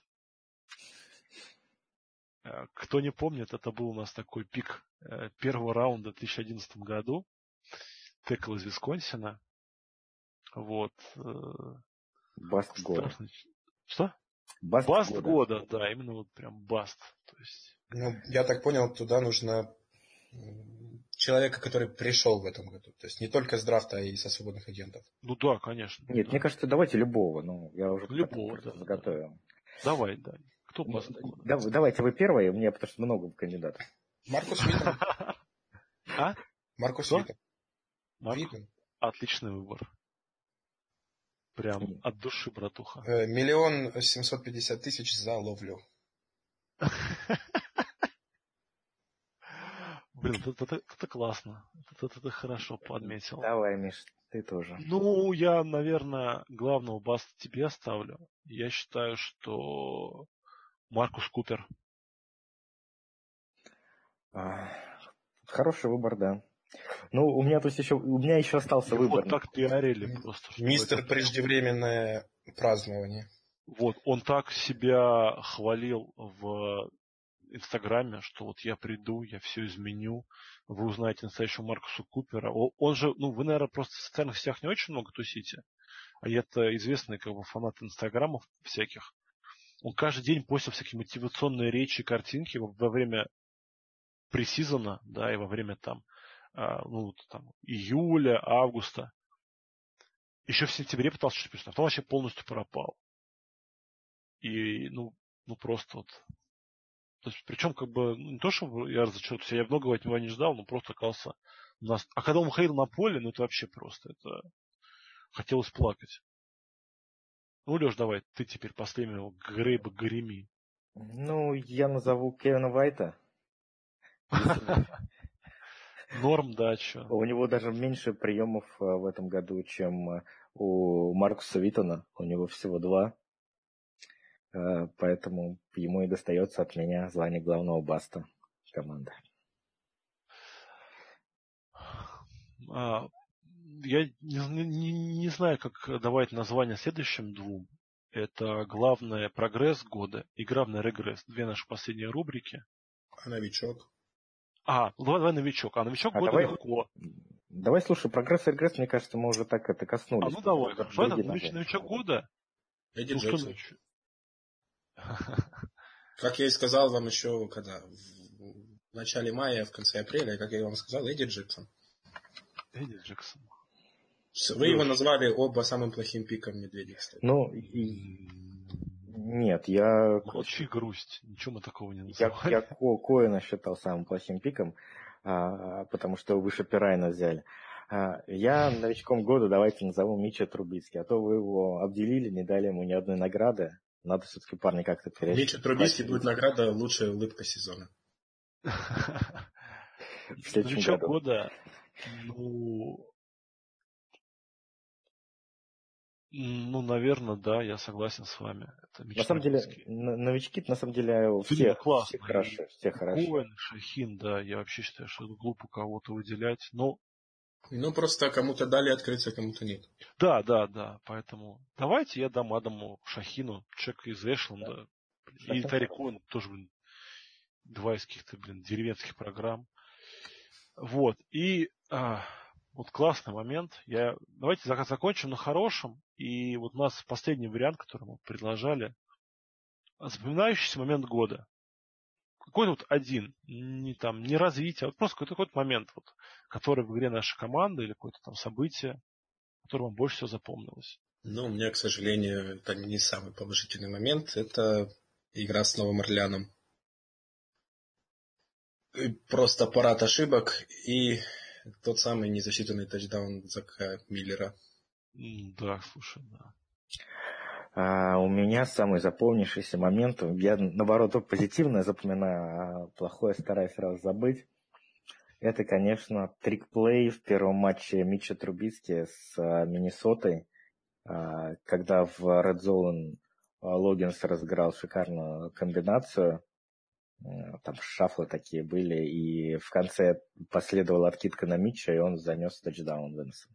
S2: Кто не помнит, это был у нас такой пик первого раунда в 2011 году. Текл из Висконсина. Вот.
S4: Баст года.
S2: Что?
S4: Баст
S2: года, да, именно вот прям баст. То есть...
S3: я так понял, туда нужно человека, который пришел в этом году. То есть не только с драфта, а и со свободных агентов.
S2: Ну да, конечно.
S4: Нет,
S2: да.
S4: Мне кажется, давайте любого. Я уже
S2: любого,
S4: заготовил.
S2: Да. Давай. Кто баст года?
S4: Давайте вы первые, мне потому что много кандидатов.
S3: Маркус Виттон.
S2: А?
S3: Маркус Виттон.
S2: Отличный выбор. Прям от души, братуха.
S3: 1 750 000 за ловлю.
S2: Блин, это классно. Это хорошо подметил.
S4: Давай, Миш, ты тоже.
S2: Я, наверное, главного баста тебе оставлю. Я считаю, что Маркус Купер.
S4: Хороший выбор, да. У меня еще остался выбор.
S2: Вот так пиарили просто.
S3: Мистер преждевременное празднование.
S2: Вот, он так себя хвалил в Инстаграме, что вот я приду, я все изменю, вы узнаете настоящего Маркуса Купера. Он же, вы, наверное, просто в социальных сетях не очень много тусите, а я-то известный фанат Инстаграмов всяких. Он каждый день постил всякие мотивационные речи, картинки во время пресизона, да, и во время там июля, августа. Еще в сентябре пытался что-то писать, а потом вообще полностью пропал. И, просто вот. То есть, причем, не то, что я разочаровался, я многого от него не ждал, но просто оказался у нас. А когда он ходил на поле, это вообще просто, это хотелось плакать. Леш, давай, ты теперь последнего его Грейба Гареми.
S4: Я назову Кевина Уайта.
S2: Норм, да, что.
S4: У него даже меньше приемов в этом году, чем у Маркуса Виттона. У него всего 2. Поэтому ему и достается от меня звание главного баста команды.
S2: Я не знаю, как давать название следующим 2. Это главный прогресс года и главный регресс. 2 наши последние рубрики.
S3: А новичок?
S2: Давай новичок. А новичок года легко.
S4: Давай, слушай, прогресс и регресс, мне кажется, мы уже так это коснулись.
S2: Давай. Хорошо, новичок года.
S3: Эдди Джексон. Как я и сказал вам еще, когда в начале мая, в конце апреля, как я вам сказал, Эдди Джексон.
S2: Эдди Джексон.
S3: Вы его назвали оба самым плохим пиком медведя, кстати.
S4: Нет, я...
S2: Молчи, грусть. Ничего мы такого не называли.
S4: Я Коэна считал самым плохим пиком, потому что выше Пирайна взяли. Я новичком года давайте назову Митча Трубицки, а то вы его обделили, не дали ему ни одной награды. Надо все-таки, парни, как-то перейти.
S3: Митча Трубицки будет награда «Лучшая улыбка сезона».
S2: Новичок года, наверное, да, я согласен с вами. Это
S4: на самом деле, новички, на самом деле, все хороши. Все хороши.
S2: Коэн, Шахин, да, я вообще считаю, что это глупо кого-то выделять, но...
S3: просто кому-то дали открыться, кому-то нет.
S2: Да, поэтому давайте я дам Адаму Шахину, человек из Эшленда, и Тарик Коэн тоже, 2 из каких-то, деревенских программ. Вот, и... Вот классный момент. Давайте закончим на хорошем. И вот у нас последний вариант, который мы предложили. Запоминающийся момент года. Какой-то вот один. Не развитие, а вот просто какой-то момент, который в игре нашей команды или какое-то там событие, которое вам больше всего запомнилось.
S3: У меня, к сожалению, это не самый положительный момент. Это игра с Новым Орлеаном. Просто парад ошибок и... Тот самый незасчитанный тачдаун Зака Миллера.
S2: Да, слушай, да.
S4: У меня самый запомнившийся момент, я, наоборот, только позитивное запоминаю, а плохое стараюсь сразу забыть. Это, конечно, трик-плей в первом матче Митча Трубицки с Миннесотой, когда в Red Zone Логинс разыграл шикарную комбинацию. Там шафлы такие были, и в конце последовала откидка на Митча, и он занес тачдаун Венса.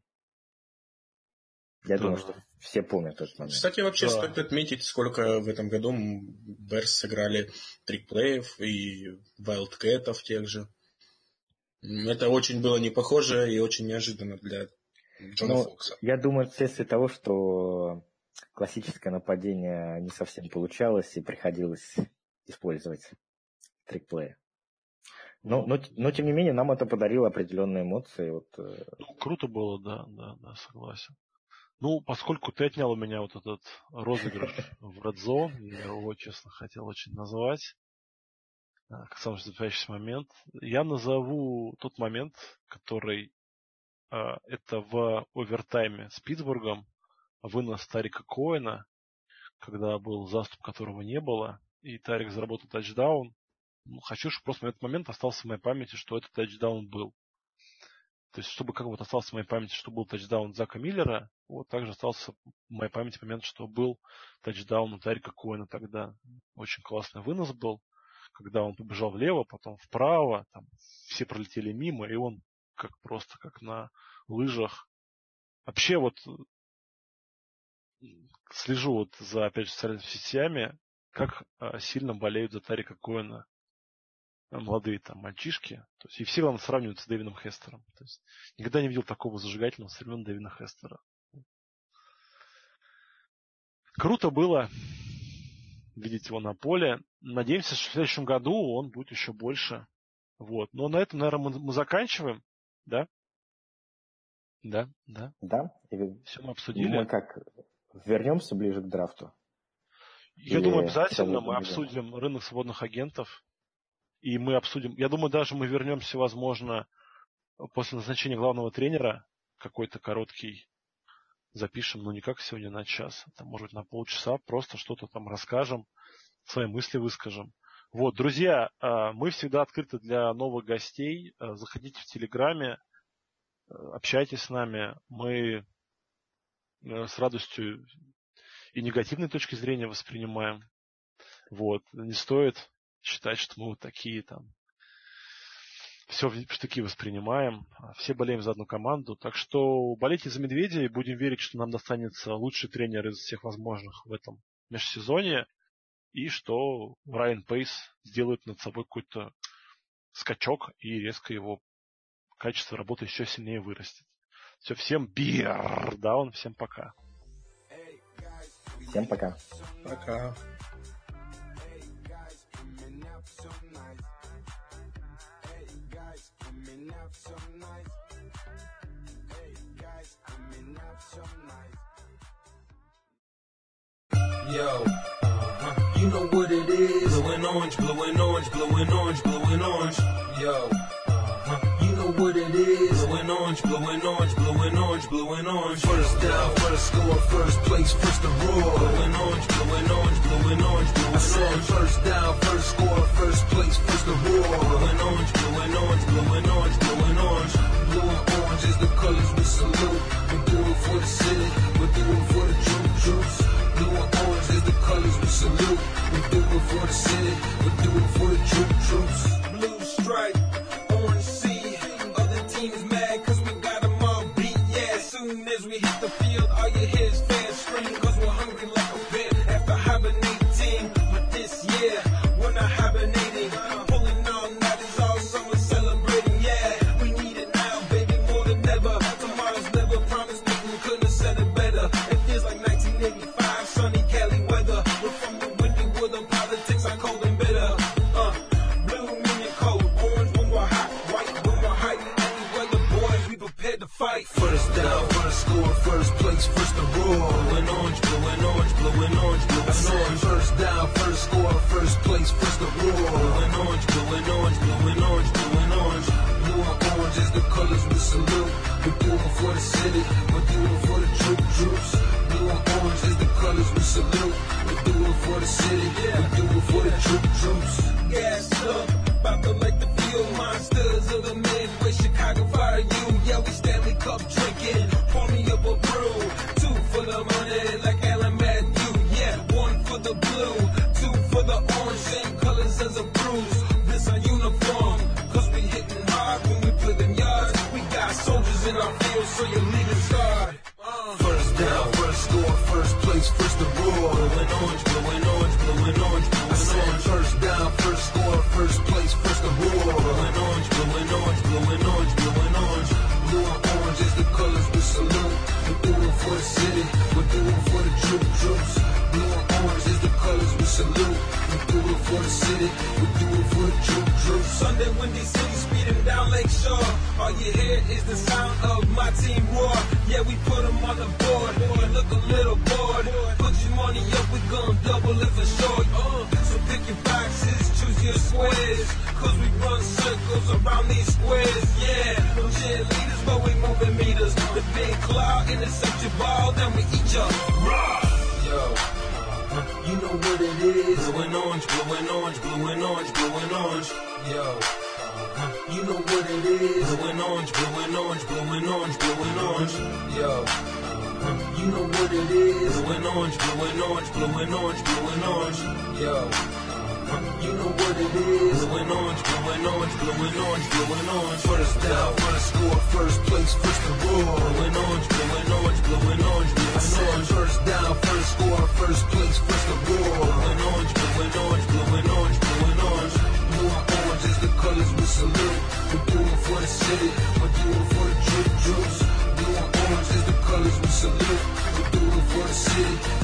S4: Я думаю, что все помнят этот момент.
S3: Кстати, вообще стоит отметить, сколько в этом году Берс сыграли трик-плеев и вайлдкэтов тех же. Это очень было не похоже и очень неожиданно для Джона Фокса.
S4: Я думаю, это вследствие того, что классическое нападение не совсем получалось и приходилось использовать трик-плея. Но, тем не менее, нам это подарило определенные эмоции.
S2: Круто было, да, согласен. Поскольку ты отнял у меня вот этот розыгрыш в Red Zone, я его, честно, хотел очень назвать, как самый запоминающийся момент, я назову тот момент, который это в овертайме с Питтсбургом, вынос Тарика Коэна, когда был заступ, которого не было, и Тарик заработал тачдаун. Хочу, чтобы просто этот момент остался в моей памяти, что этот тачдаун был. То есть, чтобы остался в моей памяти, что был тачдаун Зака Миллера, также остался в моей памяти момент, что был тачдаун у Тарика Коэна тогда. Очень классный вынос был, когда он побежал влево, потом вправо, там все пролетели мимо, и он как на лыжах. Вообще слежу за, опять же, социальными сетями, как сильно болеют за Тарика Коэна молодые там мальчишки. То есть, и все, главное, сравнивают с Дэвином Хестером. То есть, никогда не видел такого зажигательного со времен Дэвина Хестера. Круто было. видеть его на поле. Надеемся, что в следующем году он будет еще больше. Вот. Но на этом, наверное, мы заканчиваем. Да? Да. Все мы обсудили.
S4: Мы как, вернемся ближе к драфту?
S2: Я думаю, обязательно мы обсудим рынок свободных агентов. И мы обсудим... Я думаю, даже мы вернемся, возможно, после назначения главного тренера. Какой-то короткий запишем, но не как сегодня на час. Там, может быть, на полчаса. Просто что-то там расскажем. Свои мысли выскажем. Вот, друзья, мы всегда открыты для новых гостей. Заходите в Телеграме. Общайтесь с нами. Мы с радостью и негативной точки зрения воспринимаем. Вот. Не стоит считать, что мы вот такие там все в штыки воспринимаем. Все болеем за одну команду. Так что болейте за Медведей. Будем верить, что нам достанется лучший тренер из всех возможных в этом межсезонье. И что Райан Пейс сделает над собой какой-то скачок и резко его качество работы еще сильнее вырастет. Все, всем bear down, всем пока.
S4: Всем пока.
S3: Пока.
S5: Yo, you know what it is. Blue and orange, blue and orange, blue and orange, blue and orange. Yo, you know what it is. Blue and orange, blue and orange, blue and orange, blue and orange. First down, first score, first place, first to roar. Blue and orange, blue and orange, blue and orange, blue and orange. I said first down, first score, first place, first to roar. Blue and orange, blue and orange, blue and orange, blue and orange. Blue and orange is the colors we salute. We do it for the city, we do it for the troops. Blue and orange is the colors we salute. We do it for the city, we do it for the troops. Blue stripe, orange sea. Other teams mad cause we got them all beat. Yeah, as soon as we hit the field, all you hear is fans scream. Cause we're hungry like a bear after hibernating. But this year, we're not hibernating. Pulling all nighters all summer celebrating. Yeah, we need it now, baby, more than ever. Tomorrow's never promised, but we couldn't have said it better. It feels like 1985, sunny Cali weather. We're from the windy where the politics are cold and bitter. Blue meaning cold, orange when we're hot, white when we're hiding. Any weather, boys, we prepared to fight. First down, first score, first place, first to roar. Blue and orange, blue and orange, blue and orange, blue and orange. First down, first score, first place, first to roar. Blue and orange, blue and orange, blue and orange, blue and orange. Blue and orange is the colors we salute. We do it for the city, we do it for the troops. Blue and orange is the colors we salute. We do it for the city, we do it for the troops. Gas up, about to light the field. Monsters of the Midway, Chicago Fire you. Yeah, we Stanley Cup drinking. Pour me up a brew. 2 for the money, like Alan Matthew. Yeah, 1 for the blue, 2 for the orange. Same colors as a bruise. This our uniform, cause we hitting hard when we play them yards. We got soldiers in our field, so your leaders start. First down, first score, first place, first to roar. Blue and orange, blue and orange, blue and orange, blue and orange. First down, first score, first place, first to roar. Blue and orange, blue and orange, blue and orange, blue and orange. Blue and orange is the colors we salute. We do it for the city, we do it for the troops. Blue and orange is the colors we salute. We do it for the city, we do it for the troops. Sunday, Windy City, speeding down Lakeshore. All you hear is the sound of my team roar. Yeah, we put them on the board. You look a little bored. Put your money up, we gon' double it for sure. So pick your boxes, choose your squares. Cause we run circles around these squares. Yeah, no cheerleaders, but we moving meters. The big claw, intercept your ball, then we eat ya. Raw! Yo, you know what it is. Blue and orange, blue and orange, blue and orange, blue and orange. Yo, you know what it is. Blue and orange, blue and orange, blue and orange, blue and orange. Yo, you know what it is. Blue and orange, blue and orange, blue and orange, blue and orange. Yo, you know what it is. Blue and orange, blue and orange, blue and orange, blue and orange. First down, first score, first place, first to roar. Blue and orange, blue and orange, blue and orange, blue and orange. First down, first score, first place, first to roar. Blue and orange, blue and orange, blue and orange, blue and orange. Blue and orange is the colors we salute. We do it for the city, we do it for the troops. Blue and orange is the colors we salute. We do it for the city,